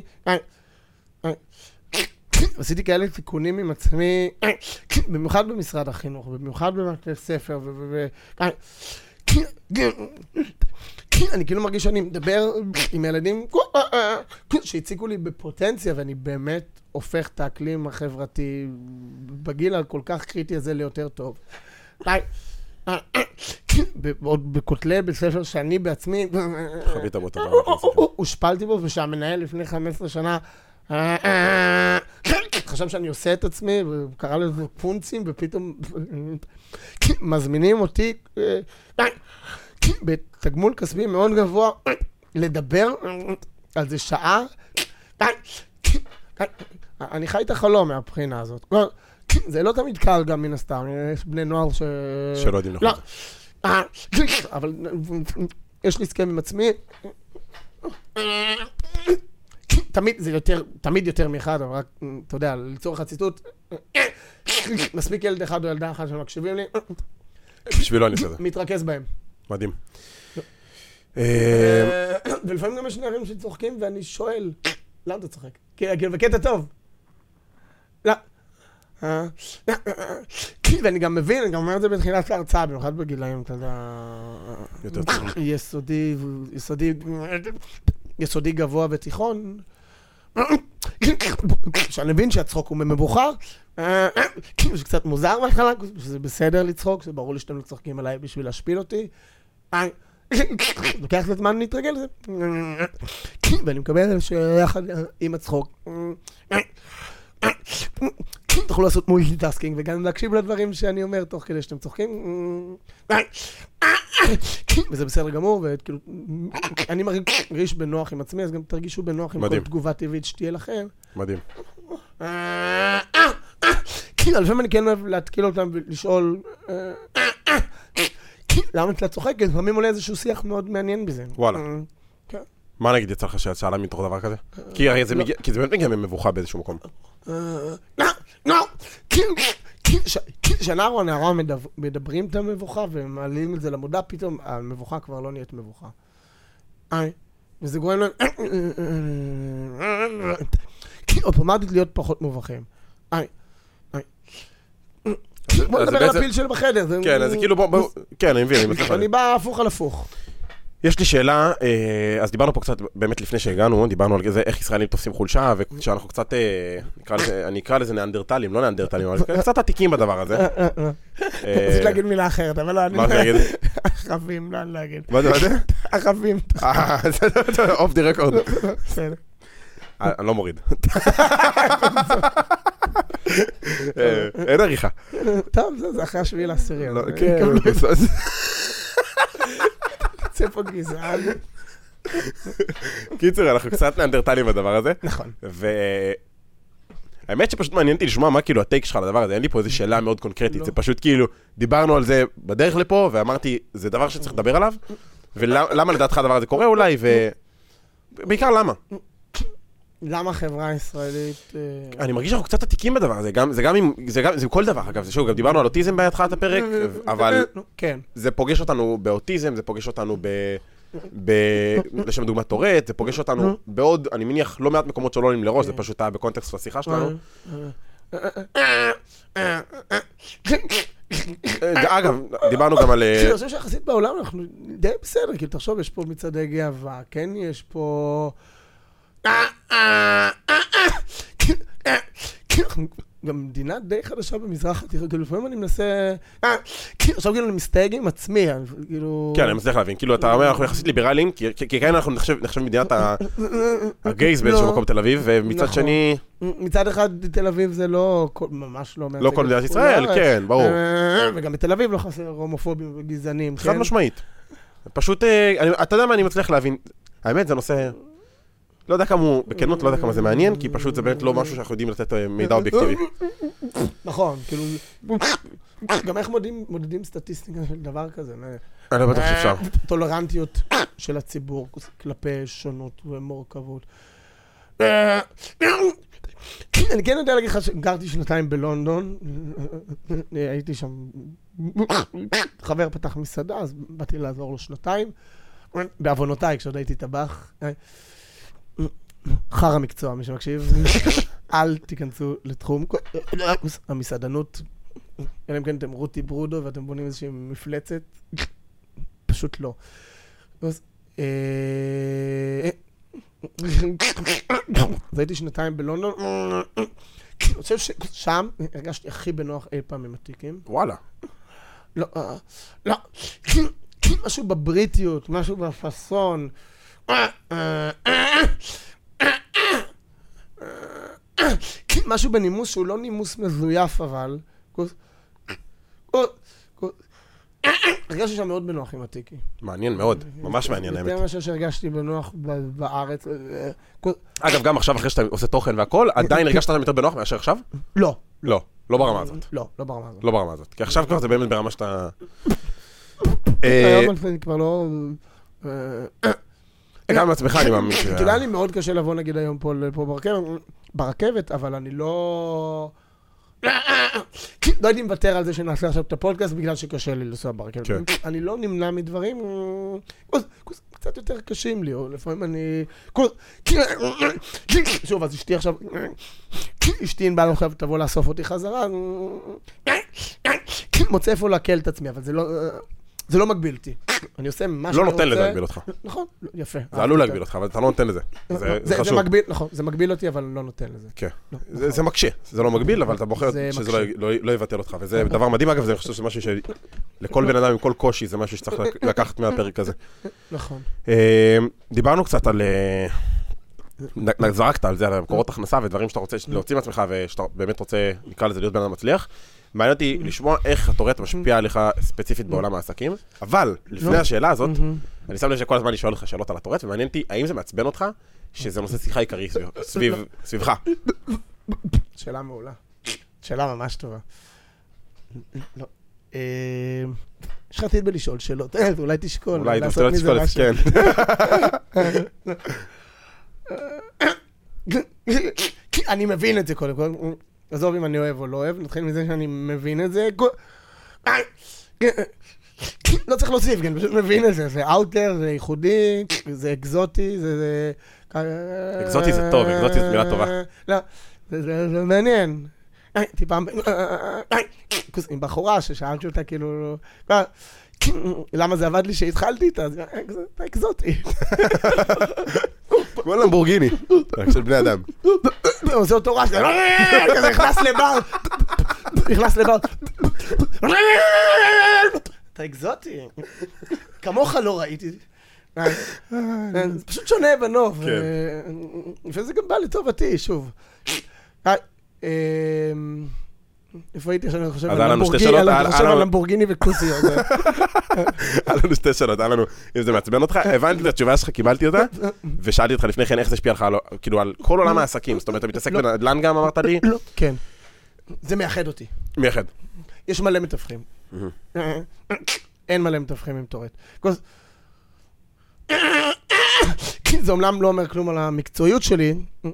עשיתי כאלה תיקונים עם עצמי, במיוחד במשרד החינוך, במיוחד בבתי ספר, אני כאילו מרגיש שאני מדבר עם ילדים שהציקו לי בפוטנציה, ואני באמת הופך את האקלים החברתי בגיל הכל כך קריטי הזה ליותר טוב. עוד בכותלי בספר שאני בעצמי חווית בו את הדבר. הושפלתי בו, ושהמנהל לפני חמש עשרה שנה חשב שאני עושה את עצמי, וקרא לזה פונצים, ופתאום מזמינים אותי בתגמול כספי מאוד גבוה לדבר על זה שעה. אני חי את החלום מהבחינה הזאת. זה לא תמיד קל גם מן הסתם, יש בני נוער ש... שלא יודעים נכון. אבל יש לי הסכם עם עצמי. תמיד זה יותר, תמיד יותר מאחד, אבל רק, אתה יודע, לצורך הציטוט, מספיק ילד אחד או ילדה אחת שמקשיבים לי. בשבילו אני עושה זה. מתרכז בהם. מדהים. ולפעמים גם יש נערים שצוחקים, ואני שואל, למה אתה צוחק? כאילו, בקטע טוב. לא. ואני גם מבין, אני גם אומר את זה בתחילת ההרצאה, במיוחד בגילאים, אתה יודע, יסודי, יסודי, יסודי גבוה ותיכון, שאני מבין שהצחוק הוא ממבוכר, זה קצת מוזר בהתחלה, שזה בסדר לצחוק, זה ברור לי שאתם לא צוחקים עליי בשביל להשפיל אותי, לוקח קצת זמן להתרגל לזה, ואני מקבל שיחד עם הצחוק, תוכלו לעשות מולטיטאסקינג וגם להקשיב לדברים שאני אומר תוך כדי שאתם צוחקים. וזה בסדר גמור, וכאילו, אני מרגיש בנוח עם עצמי, אז גם תרגישו בנוח עם כל תגובה טבעית שתהיה לכם. מדהים. לפעמים אני כן אוהב להתקיל אותם ולשאול, למה אתה צוחק? כי לפעמים עולה איזשהו שיח מאוד מעניין בזה. וואלה. מה נגיד יצא לך שאת שאלה מתוך דבר כזה? כי זה באמת מגיע ממבוכה באיזשהו מקום. לא, לא, כשנער או הנערה מדברים את המבוכה ומעלים את זה למודע, פתאום המבוכה כבר לא נהיית מבוכה. וזה גורם להם אוטומטית להיות פחות מבוכים. בוא נדבר על הפיל של בחדר. כן, אז כאילו בוא, כן, אני מבין. אני בא הפוך על הפוך. יש לי שאלה, אז דיברנו פה קצת, באמת לפני שהגענו, דיברנו על זה, איך ישראלים תופסים חולשה, ושאנחנו קצת, אני אקרא לזה נאנדרטלים, לא נאנדרטלים, אבל קצת עתיקים בדבר הזה. רציתי להגיד מילה אחרת, אבל לא, אני... מה אתה להגיד? אחבים, לא אני להגיד. מה זה, מה זה? אחבים. אוף די רקורד. בסדר. אני לא מוריד. אין עריכה. טוב, זה אחרי השביעי לעשירי. כן, זה פה גזען. קיצור, אנחנו קצת נאנדרטלים בדבר הזה. נכון. והאמת שפשוט מעניינתי לשמוע מה כאילו הטייק שלך לדבר הזה. אין לי פה איזו שאלה מאוד קונקרטית. זה פשוט כאילו, דיברנו על זה בדרך לפה, ואמרתי, זה דבר שצריך לדבר עליו, ולמה לדעתך הדבר הזה קורה אולי, ובעיקר למה? למה החברה הישראלית... אני מרגיש שאנחנו קצת עתיקים בדבר הזה, זה גם עם כל דבר, אגב, זה שוב, גם דיברנו על אוטיזם בהתחלת הפרק, אבל זה פוגש אותנו באוטיזם, זה פוגש אותנו ב... לשם דוגמת טורט, זה פוגש אותנו בעוד, אני מניח, לא מעט מקומות שלא עולים לראש, זה פשוט היה בקונטקסט של השיחה שלנו. אגב, דיברנו גם על... אני חושב שיחסית בעולם אנחנו די בסדר, כי תחשוב, יש פה מצעדי גאווה, כן, יש פה... גם מדינה די חדשה במזרח התיכון, כאילו לפעמים אני מנסה, עכשיו כאילו אני מסתייג עם עצמי, כאילו... כן, אני מצליח להבין, כאילו אתה אומר, אנחנו יחסית ליברליים, כי כאן אנחנו נחשב מדינת הגייז באיזשהו מקום תל אביב, ומצד שני... מצד אחד תל אביב זה לא, ממש לא... לא כל מדינת ישראל, כן, ברור. וגם בתל אביב לא חסר הומופובים וגזענים. חד משמעית. פשוט, אתה יודע מה אני מצליח להבין, האמת זה נושא... לא יודע כמה הוא, בכנות לא יודע כמה זה מעניין, כי פשוט זה באמת לא משהו שאנחנו יודעים לתת מידע אובייקטיבי. נכון, כאילו, גם איך מודדים סטטיסטיקה של דבר כזה? אני לא בטוח שאפשר. טולרנטיות של הציבור כלפי שונות ומורכבות. אני כן יודע להגיד לך שגרתי שנתיים בלונדון, הייתי שם, חבר פתח מסעדה, אז באתי לעזור לו שנתיים, בעוונותיי כשעוד הייתי טבח, חר המקצוע, מי שמקשיב, אל תיכנסו לתחום המסעדנות, אלא אם כן אתם רותי ברודו ואתם בונים איזושהי מפלצת, פשוט לא. אז הייתי שנתיים בלונדון, אני חושב ששם הרגשתי הכי בנוח אי פעם עם התיקים. וואלה. לא, לא, משהו בבריטיות, משהו בפאסון. משהו בנימוס שהוא לא נימוס מזויף, אבל הרגשתי שם מאוד בנוח עם התיקי. מעניין מאוד, ממש מעניין האמת. יותר משהו שהרגשתי בנוח בארץ. אגב, גם עכשיו אחרי שאתה עושה תוכן והכל, עדיין הרגשת שם יותר בנוח מאשר עכשיו? לא. לא, לא ברמה הזאת. לא, לא ברמה הזאת. לא ברמה הזאת. כי עכשיו כבר זה באמת ברמה שאתה... היום אני כבר לא... גם לעצמך אני מאמין. כאילו היה לי מאוד קשה לבוא נגיד היום פה ברכבת, אבל אני לא... לא הייתי מוותר על זה שנעשה עכשיו את הפודקאסט בגלל שקשה לי לנסוע ברכבת. אני לא נמנע מדברים, קצת יותר קשים לי, או לפעמים אני... שוב, אז אשתי עכשיו... אשתי אין בעיה עכשיו תבוא לאסוף אותי חזרה, מוצא איפה להקל את עצמי, אבל זה לא... זה לא מגביל אותי. אני עושה מה שאני לא רוצה. נותן לזה להגביל אותך. נכון, יפה. זה עלול להגביל אותך, אבל אתה לא נותן לזה. זה חשוב. נכון, זה מגביל אותי, אבל לא נותן לזה. כן. זה מקשה. זה לא מגביל, אבל אתה בוחר שזה לא יבטל אותך. וזה דבר מדהים, אגב, זה חושב שזה משהו שלכל בן אדם עם כל קושי, זה משהו שצריך לקחת מהפרק הזה. נכון. דיברנו קצת על... זרקת על זה, על מקורות הכנסה ודברים שאתה רוצה להוציא מעצמך ושאתה באמת רוצה, נקרא לזה, להיות בן אדם מצליח. מעניין אותי לשמוע איך הטורט משפיע עליך ספציפית בעולם העסקים, אבל לפני השאלה הזאת, אני שם לב שכל הזמן אני שואל לך שאלות על הטורט, ומעניין אותי, האם זה מעצבן אותך שזה נושא שיחה עיקרי סביבך? שאלה מעולה. שאלה ממש טובה. לא. יש לך עתיד בלשאול שאלות, אולי תשקול. אולי תשקול, כן. אני מבין את זה קודם כל. עזוב אם אני אוהב או לא אוהב, נתחיל מזה שאני מבין את זה. לא צריך להוסיף, אני פשוט מבין את זה. זה אאוטר, זה ייחודי, זה אקזוטי, זה... אקזוטי זה טוב, אקזוטי זה מילה טובה. לא, זה מעניין. טיפה... עם בחורה ששאלתי אותה כאילו... למה זה עבד לי שהתחלתי איתה? זה אקזוטי. כמו למבורגיני, רק של בני אדם. זה אותו רעש, כזה נכנס לבר, נכנס לבר. אתה אקזוטי. כמוך לא ראיתי. זה פשוט שונה בנוף. וזה גם בא לטובתי, שוב. איפה הייתי עכשיו, אני חושב על למבורגיני וקוסיות. היה לנו שתי שאלות, היה לנו, אם זה מעצבן אותך, הבנתי את התשובה שלך, קיבלתי אותה, ושאלתי אותך לפני כן איך זה השפיע לך, כאילו על כל עולם העסקים, זאת אומרת, אתה מתעסק בנדל"ן גם, אמרת לי? לא, כן. זה מייחד אותי. מייחד. יש מלא מתווכים. אין מלא מתווכים עם טורט. זה אומנם לא אומר כלום על המקצועיות שלי,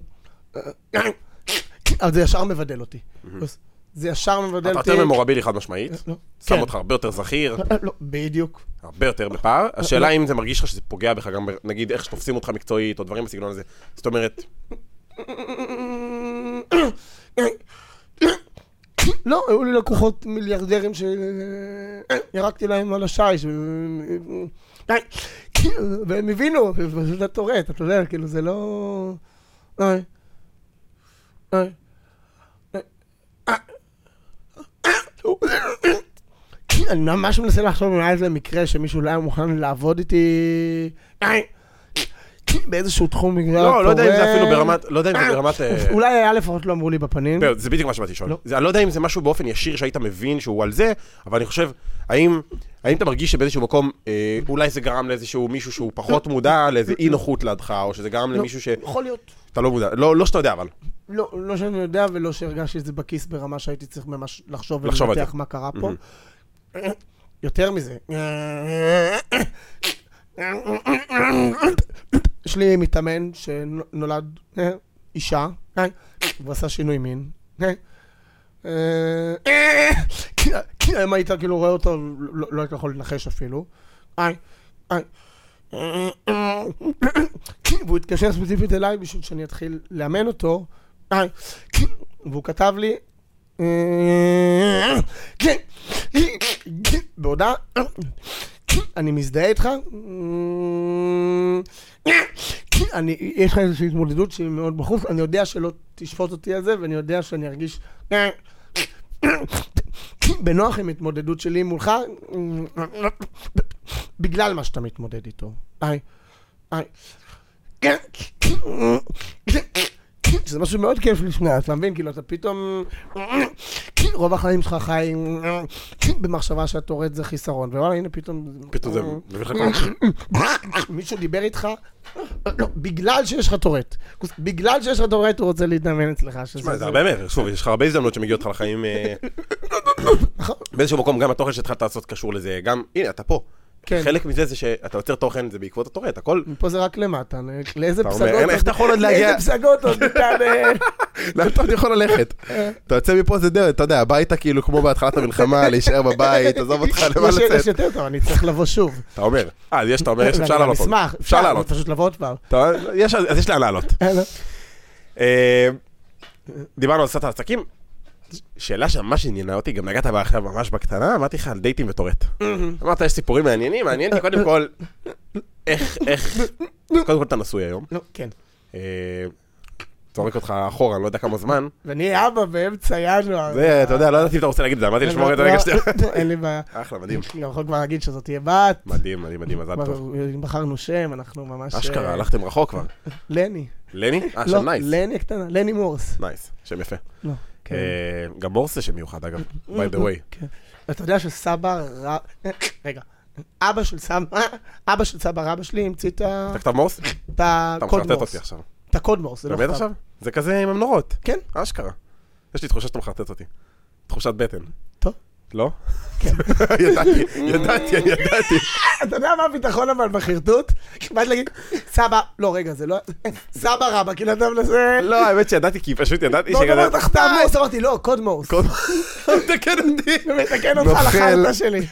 אבל זה ישר מבדל אותי. זה ישר מבדל אותי. אתה יותר ממורבילי חד משמעית, שם אותך הרבה יותר זכיר. לא, בדיוק. הרבה יותר בפער. השאלה אם זה מרגיש לך שזה פוגע בך גם, נגיד, איך שתופסים אותך מקצועית, או דברים בסגנון הזה. זאת אומרת... לא, היו לי לקוחות מיליארדרים שירקתי להם על השייש. והם הבינו, זה טורט, אתה יודע, כאילו זה לא... אוי. אוי. אני ממש מנסה לחשוב אם היה איזה מקרה שמישהו לא היה מוכן לעבוד איתי באיזשהו תחום בגלל לא, לא יודע אם זה אפילו ברמת, לא יודע אם זה ברמת... אולי היה לפחות לא אמרו לי בפנים. זה בדיוק מה שבאתי לשאול. אני לא יודע אם זה משהו באופן ישיר שהיית מבין שהוא על זה, אבל אני חושב, האם האם אתה מרגיש שבאיזשהו מקום, אולי זה גרם לאיזשהו מישהו שהוא פחות מודע, לאיזה אי נוחות לידך, או שזה גרם למישהו ש... יכול להיות. אתה לא מודע, לא שאתה יודע אבל. לא, לא שאני יודע ולא שהרגשתי את זה בכיס ברמה שהייתי צריך ממש לחשוב ולנתח מה קרה פה. יותר מזה. יש לי מתאמן שנולד אישה, והוא עשה שינוי מין. אם היית כאילו רואה אותו, לא היית יכול לנחש אפילו. והוא התקשר ספציפית אליי בשביל שאני אתחיל לאמן אותו. והוא כתב לי בהודעה, אני מזדהה איתך, יש לך איזושהי התמודדות שהיא מאוד בחוץ, אני יודע שלא תשפוט אותי על זה, ואני יודע שאני ארגיש בנוח עם התמודדות שלי מולך, בגלל מה שאתה מתמודד איתו. איי, איי. זה משהו מאוד כיף לשמוע, אתה מבין? כאילו אתה פתאום, רוב החיים שלך חיים במחשבה שהטורט זה חיסרון, ווואלה הנה פתאום... פתאום זה... מישהו דיבר איתך, לא, בגלל שיש לך טורט. בגלל שיש לך טורט הוא רוצה להתאמן אצלך. תשמע, זה הרבה מעבר, שוב, יש לך הרבה הזדמנות שמגיעות לך לחיים... באיזשהו מקום, גם התוכן שהתחלת לעשות קשור לזה, גם, הנה, אתה פה. חלק מזה זה שאתה יוצר תוכן, זה בעקבות הטורט, הכל... פה זה רק למטה, לאיזה פסגות... איך אתה יכול עוד להגיע... לאיזה פסגות עוד ניתן... לאן אתה עוד יכול ללכת? אתה יוצא מפה זה דרך, אתה יודע, הביתה כאילו כמו בהתחלת המלחמה, להישאר בבית, עזוב אותך למה לצאת. יש יותר טוב, אני צריך לבוא שוב. אתה אומר, אה, אז יש, אתה אומר, אפשר לעלות עוד. נשמח, אפשר לעלות. פשוט לבוא עוד פעם. אז יש לאן לעלות. דיברנו על סט העסקים. שאלה שממש עניינה אותי, גם נגעת בה עכשיו ממש בקטנה, אמרתי לך על דייטים וטורט. אמרת, יש סיפורים מעניינים, מעניין אותי קודם כל, איך, איך, קודם כל אתה נשוי היום. לא, כן. זורק אותך אחורה, אני לא יודע כמה זמן. ואני אבא באמצע ינואר. זה, אתה יודע, לא יודעתי אם אתה רוצה להגיד את זה, אמרתי לשמור את הרגע שתהיה. אין לי בעיה. אחלה, מדהים. אני יכול כבר להגיד שזאת תהיה בת. מדהים, מדהים, מדהים, מזל טוב. בחרנו שם, אנחנו ממש... אשכרה, הלכתם רחוק כבר. לני. לני? אה, שם נייס. לא, לני הקטנה, לני מורס. נייס, שם יפה. לא. גם מורס זה שם מיוחד, אגב, by the way. אתה יודע שסבא רב... רגע, אבא של סבא, אבא של סבא רבא שלי המציא את ה... אתה כתב מורס? את הקוד מורס. את הקוד מורס, זה לא באמת עכשיו? זה כזה עם המנורות. כן. אשכרה. יש לי תחושה שאתה מחרטט אותי. תחושת בטן. טוב. לא? כן. ידעתי, ידעתי, אני ידעתי. אתה יודע מה הביטחון אבל בחרטוט? באתי להגיד, סבא, לא רגע, זה לא... סבא רבא, כי נדם לזה... לא, האמת שידעתי, כי פשוט ידעתי שגדל... לא, לא, תחתיו מורס, אמרתי, לא, קוד מורס. קוד מורס. מתקן אותי. מתקן אותך על החלטה שלי.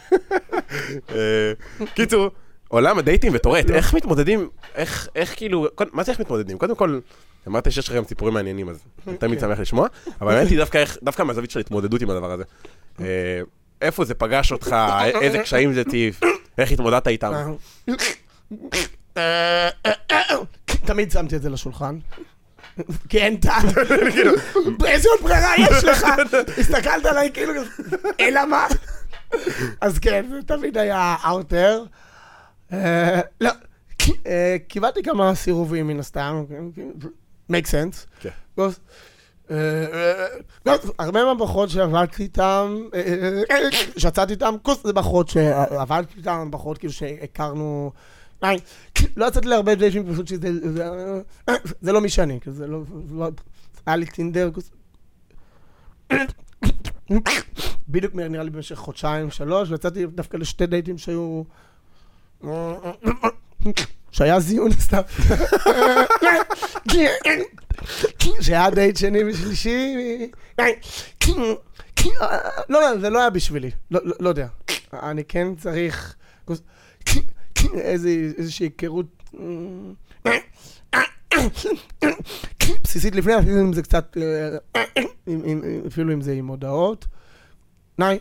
קיצור, עולם הדייטים וטורט, איך מתמודדים, איך כאילו, מה זה איך מתמודדים? קודם כל, אמרת שיש לך גם סיפורים מעניינים, אז אני תמיד שמח לשמוע, אבל האמת היא דווקא מהזווית של התמודדות עם הדבר הזה. איפה זה פגש אותך, איזה קשיים זה טיף, איך התמודדת איתם? תמיד שמתי את זה לשולחן. כי אין טעם. איזה עוד ברירה יש לך? הסתכלת עליי כאילו, אלא מה? אז כן, זה תמיד היה אאוטר. לא, קיבלתי כמה סירובים מן הסתם. make sense. הרבה מהבחורות שעבדתי איתם, שיצאתי איתם, כוס זה בחורות שעבדתי איתם, בחורות כאילו שהכרנו, לא יצאתי להרבה דייטים, פשוט שזה לא מי שאני, זה לא, היה לי טינדר, בדיוק נראה לי במשך חודשיים, שלוש, ויצאתי דווקא לשתי דייטים שהיו, שהיה זיון סתם. שהיה דייט שני ושלישי. לא, זה לא היה בשבילי. לא יודע. אני כן צריך איזושהי היכרות בסיסית לפני, אפילו אם זה קצת, אפילו אם זה עם הודעות. ניי.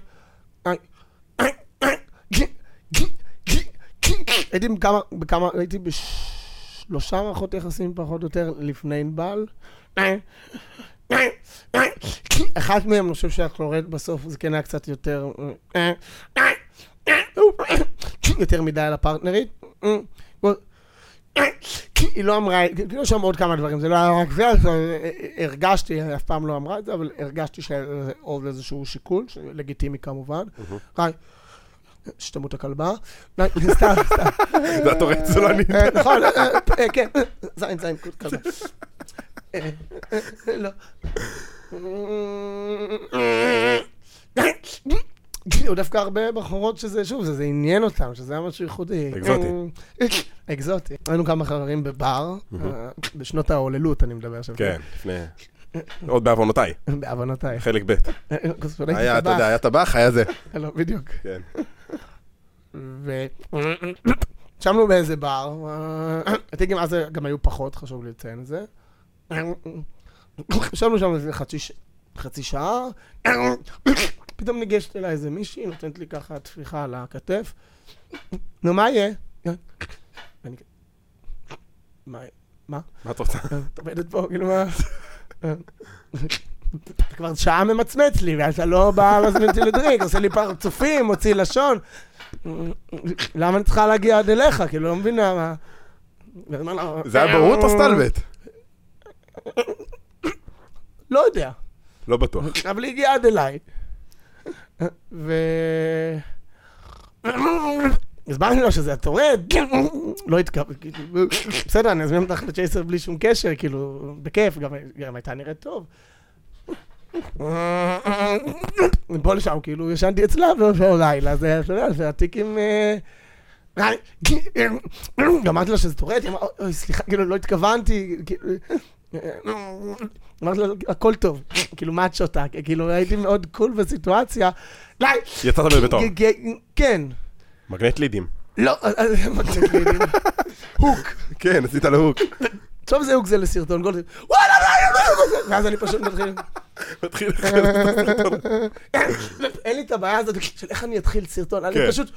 הייתי בכמה, בכמה, הייתי בשלושה מערכות יחסים פחות או יותר לפני ענבל. אחת מהם, אני חושב שאת קוראת בסוף, זה כן היה קצת יותר, יותר מדי על הפרטנרית. היא לא אמרה, כאילו שם עוד כמה דברים, זה לא היה רק זה, הרגשתי, אף פעם לא אמרה את זה, אבל הרגשתי שעוד איזשהו שיקול, לגיטימי כמובן. שתמות הכלבה. סתם, סתם. זה התורץ, זה לא אני. נכון, כן, זין, זין, כלבה. לא. הוא דווקא הרבה בחורות שזה, שוב, זה עניין אותם, שזה היה משהו ייחודי. אקזוטי. אקזוטי. היינו כמה חברים בבר, בשנות ההוללות, אני מדבר עכשיו. כן, לפני... עוד בעוונותיי. בעוונותיי. חלק ב'. היה, אתה יודע, היה טבח, היה זה. לא, בדיוק. כן. ושמנו באיזה בר, הטיקים אז גם היו פחות, חשוב לי לציין את זה. שמנו שם איזה חצי שעה, פתאום ניגשת אליי איזה מישהי, נותנת לי ככה תפיחה על הכתף. נו, מה יהיה? מה? מה? מה את רוצה? את עומדת פה, כאילו מה? אתה כבר שעה ממצמץ לי, ואתה לא בא להזמין אותי לדריק, עושה לי פרצופים, מוציא לשון. למה אני צריכה להגיע עד אליך? כאילו, לא מבינה מה... זה היה ברות או סטלבט? לא יודע. לא בטוח. אבל היא הגיעה עד אליי. ו... הסברתי לו שזה התורד, לא התקבל, בסדר, אני אזמין אותך לצ'ייסר בלי שום קשר, כאילו, בכיף, גם הייתה נראית טוב. פה לשם, כאילו, ישנתי אצלה בלילה, זה הטיקים... גם אמרתי לה שזה תורד, היא אמרה, אוי, סליחה, כאילו, לא התכוונתי, אמרתי לה, הכל טוב, כאילו, מה את שותה? כאילו, הייתי מאוד קול בסיטואציה. יצאת בבטון. כן. מגנט לידים. לא, מגנט לידים. הוק. כן, עשית לו הוק. טוב זה הוק זה לסרטון גולד. וואלה, ואז אני פשוט מתחיל. מתחיל סרטון. אין לי את הבעיה הזאת של איך אני אתחיל סרטון. אני פשוט...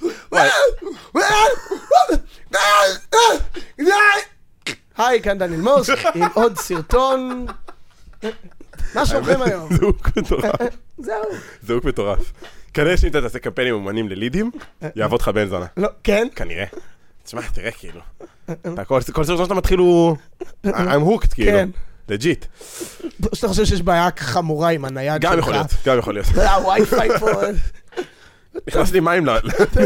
היי, כאן דניאל מוס, עם עוד סרטון. מה שומעים היום? זה הוק מטורף. זהו. זה הוק מטורף. כנראה שאם אתה תעשה קמפיינים אומנים ללידים, יעבוד לך בן זונה. לא, כן? כנראה. תשמע, תראה כאילו. כל סרטון שאתה מתחיל הוא... I'm hooked כאילו. כן. לג'יט. שאתה חושב שיש בעיה חמורה עם הנייד שלך. גם יכול להיות, גם יכול להיות. הווי-פיי פה. נכנס לי מים ל...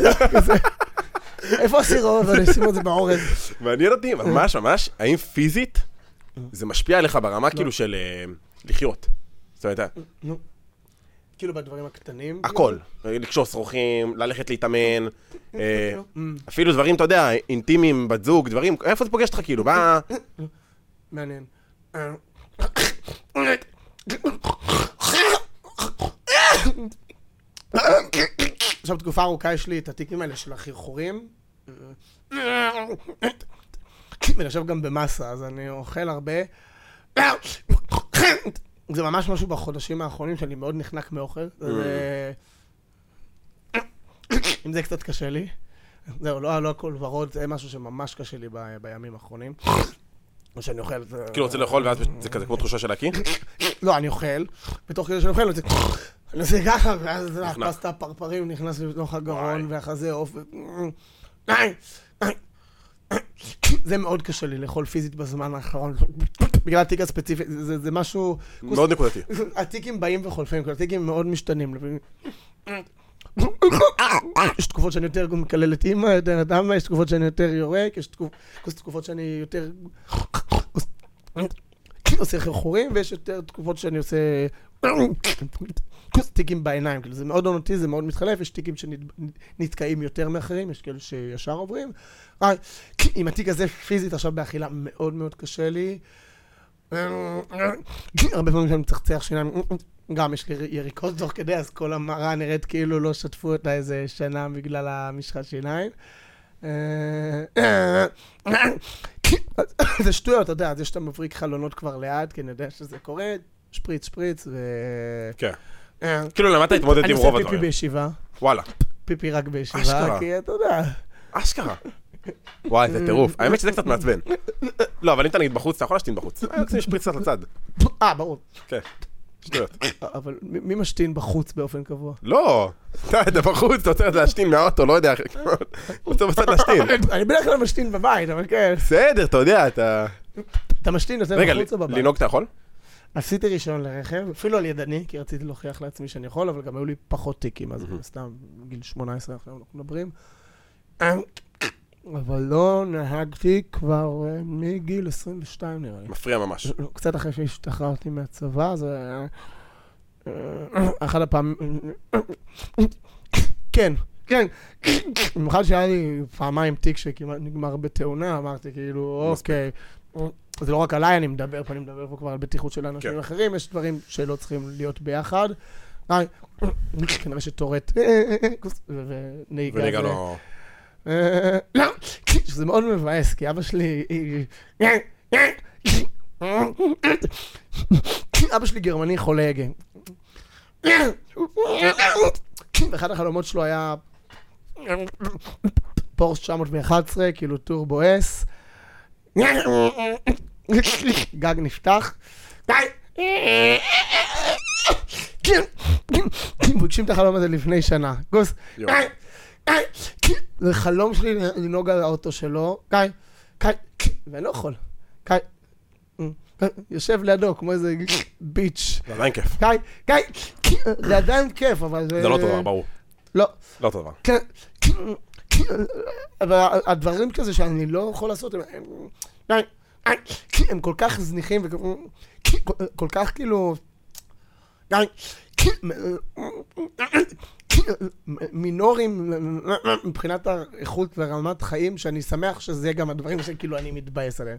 איפה הסירות? אני אשים את זה בעורב. מעניין אותי, ממש ממש, האם פיזית זה משפיע עליך ברמה כאילו של לחיות? זאת אומרת... נו. כאילו בדברים הקטנים? הכל. לקשור שרוכים, ללכת להתאמן, אפילו דברים, אתה יודע, אינטימיים, בת זוג, דברים, איפה זה פוגש אותך כאילו? מה... מעניין. עכשיו תקופה ארוכה יש לי את הטיקים האלה של החרחורים. ואני יושב גם במסה, אז אני אוכל הרבה. זה ממש משהו בחודשים האחרונים שאני מאוד נחנק מאוכל. אם זה קצת קשה לי. זהו, לא הכל ורוד, זה משהו שממש קשה לי בימים האחרונים. או שאני אוכל... כאילו רוצה לאכול ואז זה כזה כמו תחושה של הקי? לא, אני אוכל, בתוך כדי שאני אוכל, אני עושה ככה, ואז הפסטה הפרפרים נכנס לתוך הגרון, והחזה עוף. זה מאוד קשה לי לאכול פיזית בזמן האחרון, בגלל התיק הספציפי, זה משהו... מאוד נקודתי. התיקים באים וחולפים, התיקים מאוד משתנים. יש תקופות שאני יותר מקלל את אמא, יותר את אמא, יש תקופות שאני יותר יורק, יש תקופות שאני יותר עושה חרחורים, ויש יותר תקופות שאני עושה תיקים בעיניים, זה מאוד עונתי, זה מאוד מתחלף, יש תיקים שנתקעים יותר מאחרים, יש כאלה שישר עוברים. עם התיק הזה פיזית עכשיו באכילה מאוד מאוד קשה לי, הרבה פעמים שאני מצחצח שיניים, גם יש לי יריקות תוך כדי, אז כל המראה נראית כאילו לא שטפו אותה איזה שנה בגלל המשחת שיניים. זה שטויות, אתה יודע, אז יש את המבריק חלונות כבר ליד, כי אני יודע שזה קורה, שפריץ, שפריץ, ו... כן. כאילו למדת להתמודד עם רוב הדברים. אני עושה פיפי בישיבה. וואלה. פיפי רק בישיבה, כי אתה יודע. אשכרה. וואי, זה טירוף. האמת שזה קצת מעצבן. לא, אבל אם אתה נגיד בחוץ, אתה יכול להשתין בחוץ. אני רוצה שפריץ קצת לצד. אה, ברור. כן. שטויות. אבל מי משתין בחוץ באופן קבוע? לא. אתה בחוץ, אתה רוצה להשתין מהאוטו, לא יודע. אתה רוצה בצד להשתין. אני בדרך כלל משתין בבית, אבל כן. בסדר, אתה יודע, אתה... אתה משתין יותר בחוץ או בבית? רגע, לנהוג אתה יכול? עשיתי רישיון לרכב, אפילו על ידני, כי רציתי להוכיח לעצמי שאני יכול, אבל גם היו לי פחות טיקים, אז סתם, גיל שמונה עשרה עכשיו אנחנו מדברים. אבל לא נהגתי כבר מגיל עשרים ושתיים נראה לי. מפריע ממש. קצת אחרי שהשתחררתי מהצבא, זה אחד הפעמים... כן, כן. במיוחד שהיה לי פעמיים תיק שכמעט נגמר בתאונה, אמרתי כאילו, אוקיי, זה לא רק עליי אני מדבר, פה אני מדבר פה כבר על בטיחות של אנשים אחרים, יש דברים שלא צריכים להיות ביחד. כנראה שטורט ונהיגה. ונהיגה לא... לא, שזה מאוד מבאס, כי אבא שלי... אבא שלי גרמני חולה הגה. ואחד החלומות שלו היה פורס תשע מאות ואחת עשרה, כאילו טורבו אס. גג נפתח. בקשים את החלום הזה לפני שנה. גוס. זה חלום שלי לנהוג על האוטו שלו. קאי, קאי, ואני לא יכול. קאי. יושב לידו כמו איזה ביץ'. זה עדיין כיף. קאי, קאי. זה עדיין כיף, אבל זה... זה לא טובה, ברור. לא. לא טובה. אבל הדברים כזה שאני לא יכול לעשות, הם כל כך זניחים וכל כך כאילו... מינורים מבחינת האיכות ורמת חיים, שאני שמח שזה גם הדברים שכאילו אני מתבאס עליהם.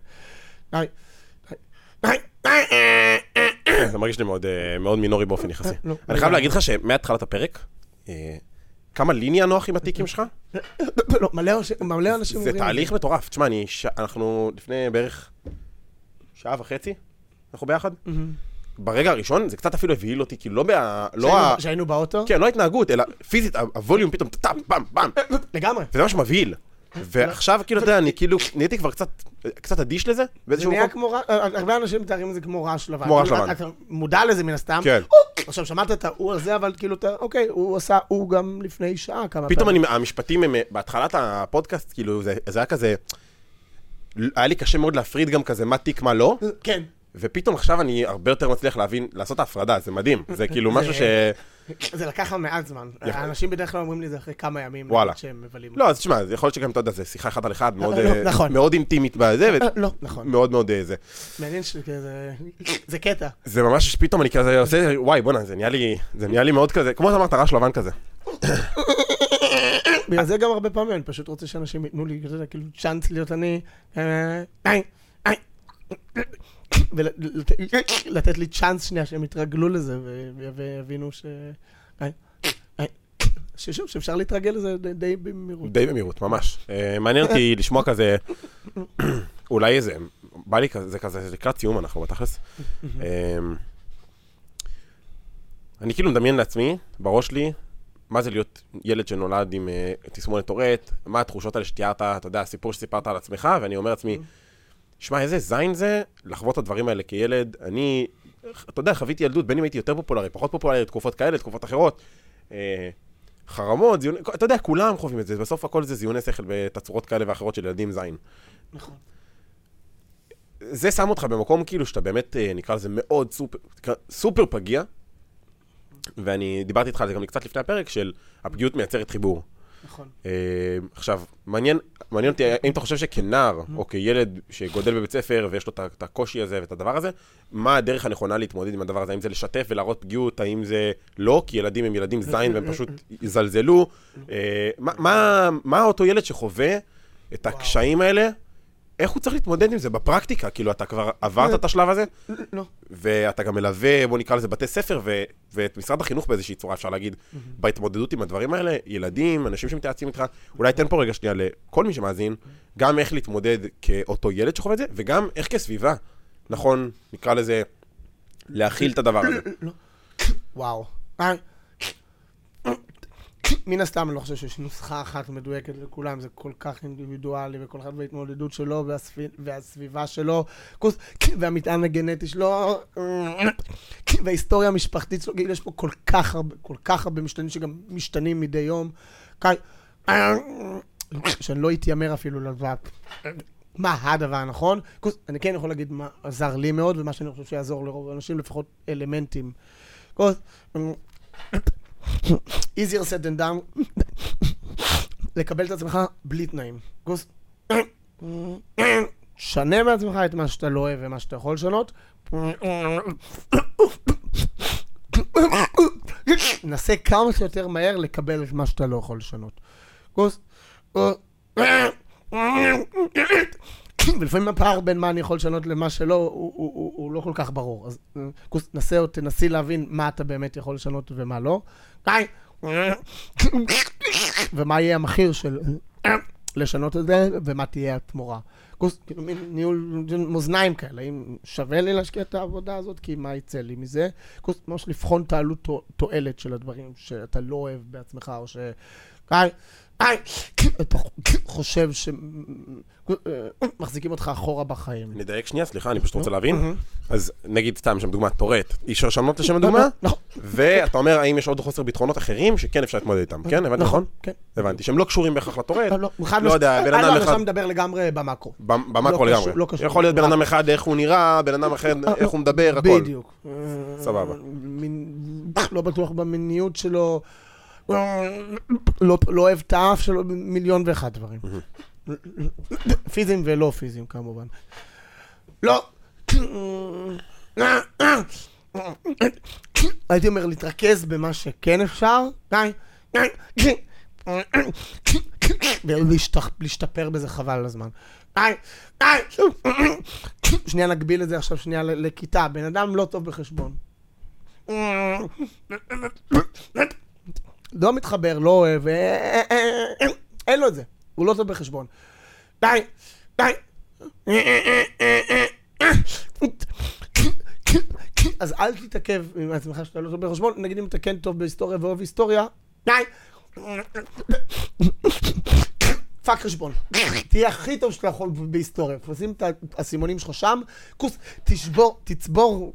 זה מרגיש לי מאוד מינורי באופן יחסי. אני חייב להגיד לך שמהתחלת הפרק, כמה ליניה נוח עם הטיקים שלך? לא, מלא אנשים זה תהליך מטורף. תשמע, אנחנו לפני בערך שעה וחצי, אנחנו ביחד. ברגע הראשון, זה קצת אפילו הבהיל אותי, כי לא ב... שהיינו באוטו? כן, לא התנהגות, אלא פיזית, הווליום פתאום, טאפ, פעם, פעם. לגמרי. וזה ממש מבהיל. ועכשיו, כאילו, אתה יודע, אני כאילו, נהייתי כבר קצת אדיש לזה. זה נהיה כמו רעש, הרבה אנשים מתארים את זה כמו רעש לבן. כמו רעש לבן. אתה מודע לזה מן הסתם. כן. עכשיו, שמעת את הוא הזה, אבל כאילו, אוקיי, הוא עשה, הוא גם לפני שעה כמה פעמים. פתאום המשפטים הם, בהתחלת הפודקאסט, כאילו, זה היה כזה, היה לי קשה מאוד להפריד גם כזה מה תיק, מה לא. כן. ופתאום עכשיו אני הרבה יותר מצליח להבין, לעשות ההפרדה, זה מדהים. זה כאילו משהו ש... זה לקח מעט זמן. האנשים בדרך כלל אומרים לי זה אחרי כמה ימים שהם מבלים. לא, אז תשמע, יכול להיות שגם אתה יודע, זה שיחה אחד על אחד, מאוד אינטימית בזה, לא, נכון. מאוד מאוד זה. מעניין שזה... זה קטע. זה ממש שפתאום אני כזה עושה, וואי, בוא'נה, זה נהיה לי מאוד כזה, כמו שאמרת, רעש לבן כזה. בגלל זה גם הרבה פעמים, אני פשוט רוצה שאנשים ייתנו לי כאילו צ'אנס להיות אני... ולתת לי צ'אנס שנייה שהם יתרגלו לזה ויבינו ש... ששוב, שאפשר להתרגל לזה די במהירות. די במהירות, ממש. מעניין אותי לשמוע כזה, אולי איזה, בא לי כזה, זה כזה, לקראת סיום אנחנו בתכלס. אני כאילו מדמיין לעצמי, בראש לי, מה זה להיות ילד שנולד עם תסמונת טורט, מה התחושות האלה שתיארת, אתה יודע, הסיפור שסיפרת על עצמך, ואני אומר לעצמי, שמע, איזה זין זה לחוות את הדברים האלה כילד. אני, אתה יודע, חוויתי ילדות, בין אם הייתי יותר פופולרי, פחות פופולרי, תקופות כאלה, תקופות אחרות. אה, חרמות, זיוני, אתה יודע, כולם חווים את זה. בסוף הכל זה זיוני שכל בתצורות כאלה ואחרות של ילדים זין. נכון. זה שם אותך במקום כאילו שאתה באמת, נקרא לזה מאוד סופר, סופר פגיע. ואני דיברתי איתך על זה גם קצת לפני הפרק, של הפגיעות מייצרת חיבור. נכון. עכשיו, מעניין, מעניין אותי, אם אתה חושב שכנער, או כילד שגודל בבית ספר, ויש לו את הקושי הזה ואת הדבר הזה, מה הדרך הנכונה להתמודד עם הדבר הזה? האם זה לשתף ולהראות פגיעות? האם זה לא? כי ילדים הם ילדים זין, והם פשוט יזלזלו. מה אותו ילד שחווה את הקשיים האלה? איך הוא צריך להתמודד עם זה בפרקטיקה? כאילו, אתה כבר עברת את השלב הזה? לא. ואתה גם מלווה, בוא נקרא לזה בתי ספר, ואת משרד החינוך באיזושהי צורה, אפשר להגיד, בהתמודדות עם הדברים האלה, ילדים, אנשים שמתייעצים איתך, אולי תן פה רגע שנייה לכל מי שמאזין, גם איך להתמודד כאותו ילד שחווה את זה, וגם איך כסביבה, נכון, נקרא לזה, להכיל את הדבר הזה. וואו. מן הסתם אני לא חושב שיש נוסחה אחת מדויקת לכולם, זה כל כך אינדיבידואלי, וכל אחד בהתמודדות שלו, והסביבה שלו, והמטען הגנטי שלו, וההיסטוריה המשפחתית שלו, יש פה כל כך הרבה, כל כך הרבה משתנים שגם משתנים מדי יום, שאני לא אתיימר אפילו לדעת מה הדבר הנכון. אני כן יכול להגיד מה עזר לי מאוד, ומה שאני חושב שיעזור לרוב האנשים, לפחות אלמנטים. easier said than done, לקבל את עצמך בלי תנאים. שנה מעצמך את מה שאתה לא אוהב ומה שאתה יכול לשנות. נסה כמה שיותר מהר לקבל את מה שאתה לא יכול לשנות. ולפעמים הפער בין מה אני יכול לשנות למה שלא, הוא לא כל כך ברור. אז נסה או תנסי להבין מה אתה באמת יכול לשנות ומה לא. ומה יהיה המחיר של לשנות את זה, ומה תהיה התמורה. כאילו מין ניהול מאזניים כאלה, אם שווה לי להשקיע את העבודה הזאת, כי מה יצא לי מזה? ממש לבחון את העלות תועלת של הדברים שאתה לא אוהב בעצמך, או ש... אתה חושב שמחזיקים אותך אחורה בחיים. נדייק שנייה, סליחה, אני פשוט רוצה להבין. אז נגיד סתם שם דוגמה, טורט, איש רשמות לשם הדוגמה, ואתה אומר, האם יש עוד חוסר ביטחונות אחרים שכן אפשר להתמודד איתם, כן? הבנתי נכון? כן. הבנתי, שהם לא קשורים בהכרח לטורט. לא יודע, בן אדם אחד... אני עכשיו מדבר לגמרי במאקרו. במאקרו לגמרי. יכול להיות בן אדם אחד איך הוא נראה, בן אדם אחר איך הוא מדבר, הכל. בדיוק. סבבה. לא בטוח במיניות שלו. לא אוהב את האף שלו מיליון ואחד דברים. פיזיים ולא פיזיים כמובן. לא. הייתי אומר להתרכז במה שכן אפשר. ולהשתפר בזה חבל על הזמן. שנייה נגביל את זה עכשיו שנייה לכיתה. בן אדם לא טוב בחשבון. לא מתחבר, לא אוהב, אין לו את זה, הוא לא טוב בחשבון. די, די. אז אל תתעכב עם עצמך שאתה לא טוב בחשבון, נגיד אם אתה כן טוב בהיסטוריה ואוהב היסטוריה, די. פאק חשבון. תהיה הכי טוב שאתה יכול בהיסטוריה. תשים את הסימונים שלך שם, כוס, תשבור, תצבור.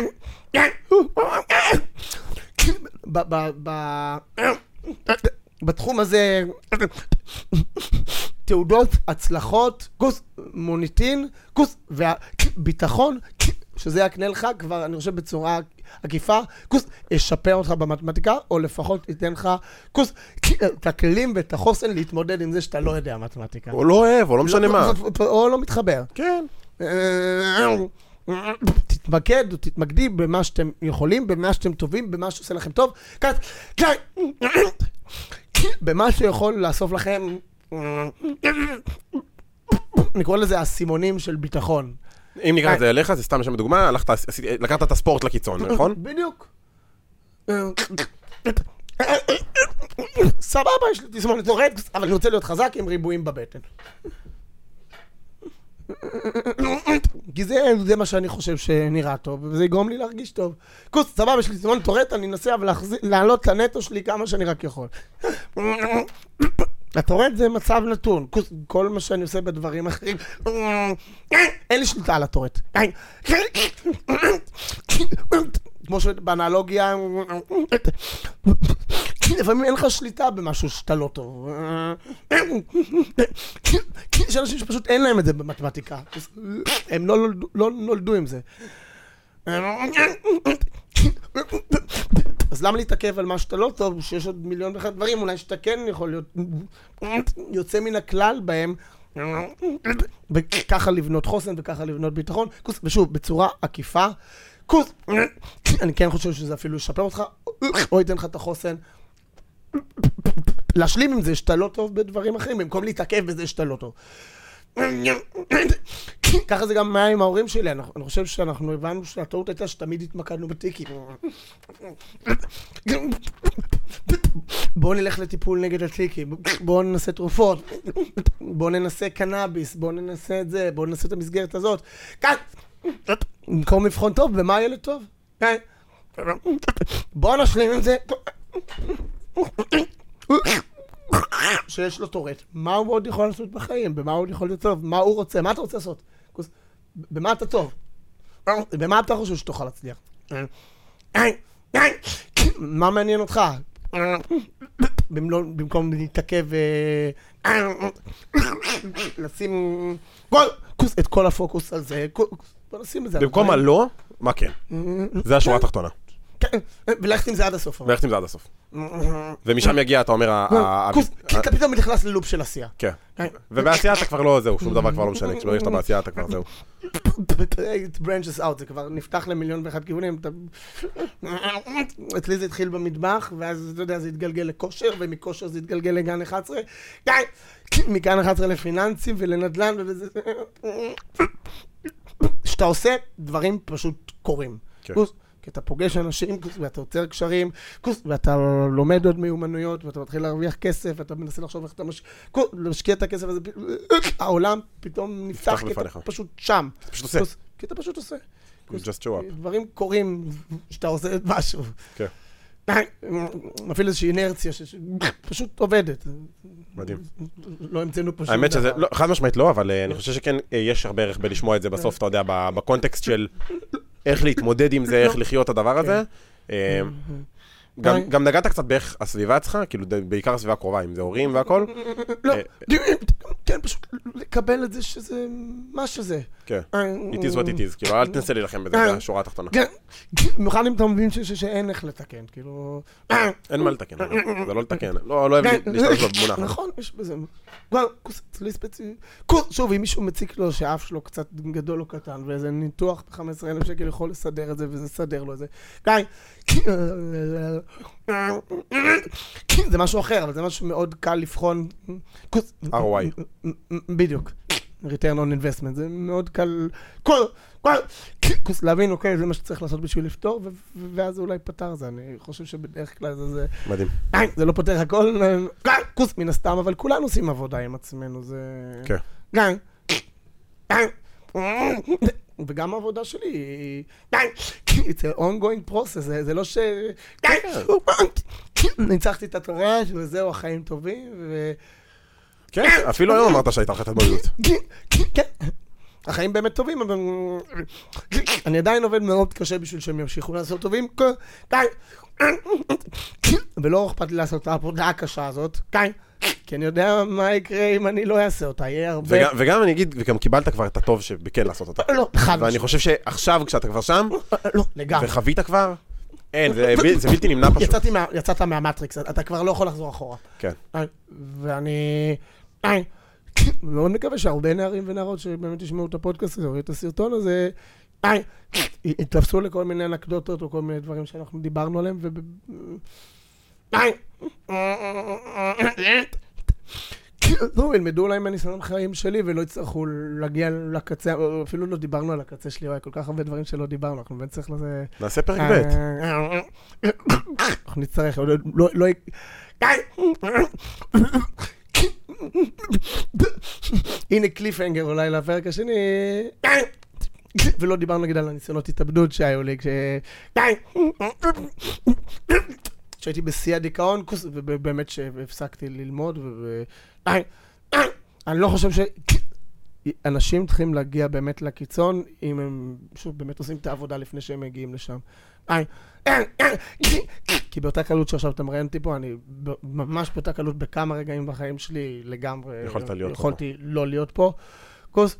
בתחום הזה תעודות, הצלחות, כוס, מוניטין, כוס, והביטחון, שזה יקנה לך כבר, אני חושב בצורה עקיפה, כוס, ישפר אותך במתמטיקה, או לפחות ייתן לך, כוס, את הכלים ואת החוסן להתמודד עם זה שאתה לא יודע מתמטיקה. או לא אוהב, או לא משנה מה. או לא מתחבר. כן. תתמקד או תתמקדי במה שאתם יכולים, במה שאתם טובים, במה שעושה לכם טוב. במה שיכול לאסוף לכם, אני קורא לזה הסימונים של ביטחון. אם נקרא את זה אליך, זה סתם לשם דוגמה, לקחת את הספורט לקיצון, נכון? בדיוק. סבבה, יש לי תסמונת טורט, אבל אני רוצה להיות חזק עם ריבועים בבטן. כי זה, זה מה שאני חושב שנראה טוב, וזה יגרום לי להרגיש טוב. כוס, סבבה, יש לי תסמונת טורט, אני אנסה אבל להעלות את הנטו שלי כמה שאני רק יכול. הטורט זה מצב נתון, כוס, כל מה שאני עושה בדברים אחרים, אין לי שליטה על הטורט. כמו שבאנלוגיה, לפעמים אין לך שליטה במשהו שאתה לא טוב. יש אנשים שפשוט אין להם את זה במתמטיקה. הם לא נולדו עם זה. אז למה להתעכב על מה שאתה לא טוב, שיש עוד מיליון ואחד דברים, אולי שאתה כן יכול להיות יוצא מן הכלל בהם, וככה לבנות חוסן וככה לבנות ביטחון, ושוב, בצורה עקיפה, כוס, אני כן חושב שזה אפילו ישפר אותך, או ייתן לך את החוסן, להשלים עם זה שאתה לא טוב בדברים אחרים, במקום להתעכב בזה שאתה לא טוב. ככה זה גם מה עם ההורים שלי, אני חושב שאנחנו הבנו שהטעות הייתה שתמיד התמקדנו בטיקים. בואו נלך לטיפול נגד הטיקים, בואו ננסה תרופות, בואו ננסה קנאביס, בואו ננסה את זה, בואו ננסה את המסגרת הזאת. במקום מבחון טוב, ומה ילד טוב? בואו נשלים עם זה. שיש לו טורט, מה הוא עוד יכול לעשות בחיים, במה הוא עוד יכול להיות טוב, מה הוא רוצה, מה אתה רוצה לעשות? במה אתה טוב? במה אתה חושב שתוכל להצליח? מה מעניין אותך? במקום להתעכב לשים את כל הפוקוס על זה, בוא נשים את זה. במקום מה לא, מה כן? זה השורה התחתונה. כן, ולכת עם זה עד הסוף. ולכת עם זה עד הסוף. ומשם יגיע, אתה אומר... אתה פתאום נכנס ללופ של עשייה. כן. ובעשייה אתה כבר לא זהו, שום דבר כבר לא משנה. כשברגע שאתה בעשייה אתה כבר זהו. It branches out, זה כבר נפתח למיליון ואחד כיוונים. אצלי זה התחיל במטבח, ואז אתה יודע, זה התגלגל לכושר, ומכושר זה התגלגל לגן אחת עשרה. מכאן אחת עשרה לפיננסים ולנדל"ן, וזה... שאתה עושה, דברים פשוט קורים. כי אתה פוגש אנשים, ואתה יוצר קשרים, ואתה לומד עוד מיומנויות, ואתה מתחיל להרוויח כסף, ואתה מנסה לחשוב איך אתה משקיע את הכסף הזה, העולם פתאום נפתח, כי אתה פשוט שם. אתה פשוט עושה. כי אתה פשוט עושה. just show up. דברים קורים שאתה עושה משהו. כן. מפעיל איזושהי אינרציה שפשוט עובדת. מדהים. לא המצאנו פשוט. האמת שזה, חד משמעית לא, אבל אני חושב שכן, יש הרבה ערך בלשמוע את זה בסוף, אתה יודע, בקונטקסט של איך להתמודד עם זה, איך לחיות את הדבר הזה. גם נגעת קצת באיך הסביבה אצלך, כאילו בעיקר הסביבה הקרובה, אם זה הורים והכל. לא, כן, פשוט לקבל את זה שזה מה שזה. כן, it is what it is, כאילו אל תנסה להילחם בזה, זה השורה התחתונה. כן, במיוחד אם אתה מבין שאין איך לתקן, כאילו... אין מה לתקן, זה לא לתקן, לא אוהב להשתמש במונח. נכון, יש בזה. כוס אצלי ספציפי. שוב, אם מישהו מציק לו שאף שלו קצת גדול או קטן, ואיזה ניתוח ב-חמישה עשר אלף שקל יכול לסדר את זה, וזה סדר לו את זה. גיא, זה משהו אחר, אבל זה משהו מאוד קל לבחון. אר או איי. בדיוק. return on investment, זה מאוד קל. להבין, אוקיי, זה מה שצריך לעשות בשביל לפתור, ואז אולי פתר זה. אני חושב שבדרך כלל זה... מדהים. זה לא פותר הכל, כוס מן הסתם, אבל כולנו עושים עבודה עם עצמנו, זה... כן. וגם העבודה שלי, it's an ongoing process, זה לא ש... ניצחתי את התורש, וזהו, החיים טובים, ו... כן, אפילו היום אמרת שהייתה לך את התמודדות. כן, החיים באמת טובים, אבל... אני עדיין עובד מאוד קשה בשביל שהם ימשיכו לעשות טובים, ולא אכפת לי לעשות את העבודה הקשה הזאת, כי אני יודע מה יקרה אם אני לא אעשה אותה, יהיה הרבה... וגם אני אגיד, וגם קיבלת כבר את הטוב שבכן לעשות אותה. לא, חד משהו. ואני חושב שעכשיו, כשאתה כבר שם, לא, לגמרי. וחווית כבר, אין, זה בלתי נמנע פשוט. יצאת מהמטריקס, אתה כבר לא יכול לחזור אחורה. כן. ואני... מאוד מקווה שהרבה נערים ונערות שבאמת ישמעו את הפודקאסט הזה, או את הסרטון הזה, התלפסו לכל מיני אנקדוטות, או כל מיני דברים שאנחנו דיברנו עליהם, ו... לא, ילמדו אולי מהניסיון חיים שלי, ולא יצטרכו להגיע לקצה, אפילו לא דיברנו על הקצה שלי, או כל כך הרבה דברים שלא דיברנו, אנחנו באמת צריך לזה... נעשה פרק ב'. אנחנו נצטרך, לא... הנה קליפהנגר אולי לפרק השני, ולא דיברנו נגיד על הניסיונות התאבדות שהיו לי, כשהייתי בשיא הדיכאון, ובאמת שהפסקתי ללמוד, אני לא חושב שאנשים צריכים להגיע באמת לקיצון, אם הם שוב באמת עושים את העבודה לפני שהם מגיעים לשם. כי באותה קלות שעכשיו אתה מראיין אותי פה, אני ממש באותה קלות בכמה רגעים בחיים שלי לגמרי יכולתי לא להיות פה. כוס,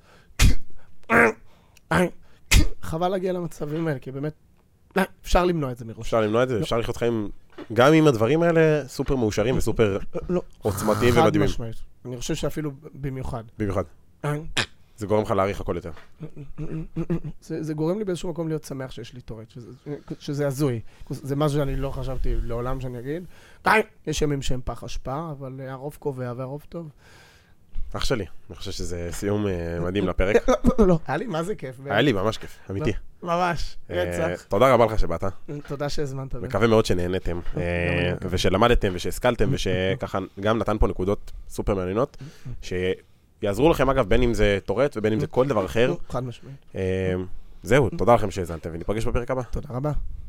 חבל להגיע למצבים האלה, כי באמת אפשר למנוע את זה מראש. אפשר למנוע את זה, אפשר לחיות חיים גם עם הדברים האלה סופר מאושרים וסופר עוצמתיים ומדהימים. חד משמעית. אני חושב שאפילו במיוחד. במיוחד. זה גורם לך להעריך הכל יותר. זה גורם לי באיזשהו מקום להיות שמח שיש לי טורט, שזה הזוי. זה משהו שאני לא חשבתי לעולם שאני אגיד. יש ימים שהם פח השפעה, אבל הרוב קובע והרוב טוב. אח שלי, אני חושב שזה סיום מדהים לפרק. לא, לא, היה לי מה זה כיף. היה לי ממש כיף, אמיתי. ממש, רצח. תודה רבה לך שבאת. תודה שהזמנת. מקווה מאוד שנהנתם, ושלמדתם ושהשכלתם, ושככה גם נתן פה נקודות סופר מעניינות, שיעזרו לכם אגב, בין אם זה טורט ובין אם זה כל דבר אחר. חד משמעית. זהו, תודה לכם שהזמנתם, וניפגש בפרק הבא. תודה רבה.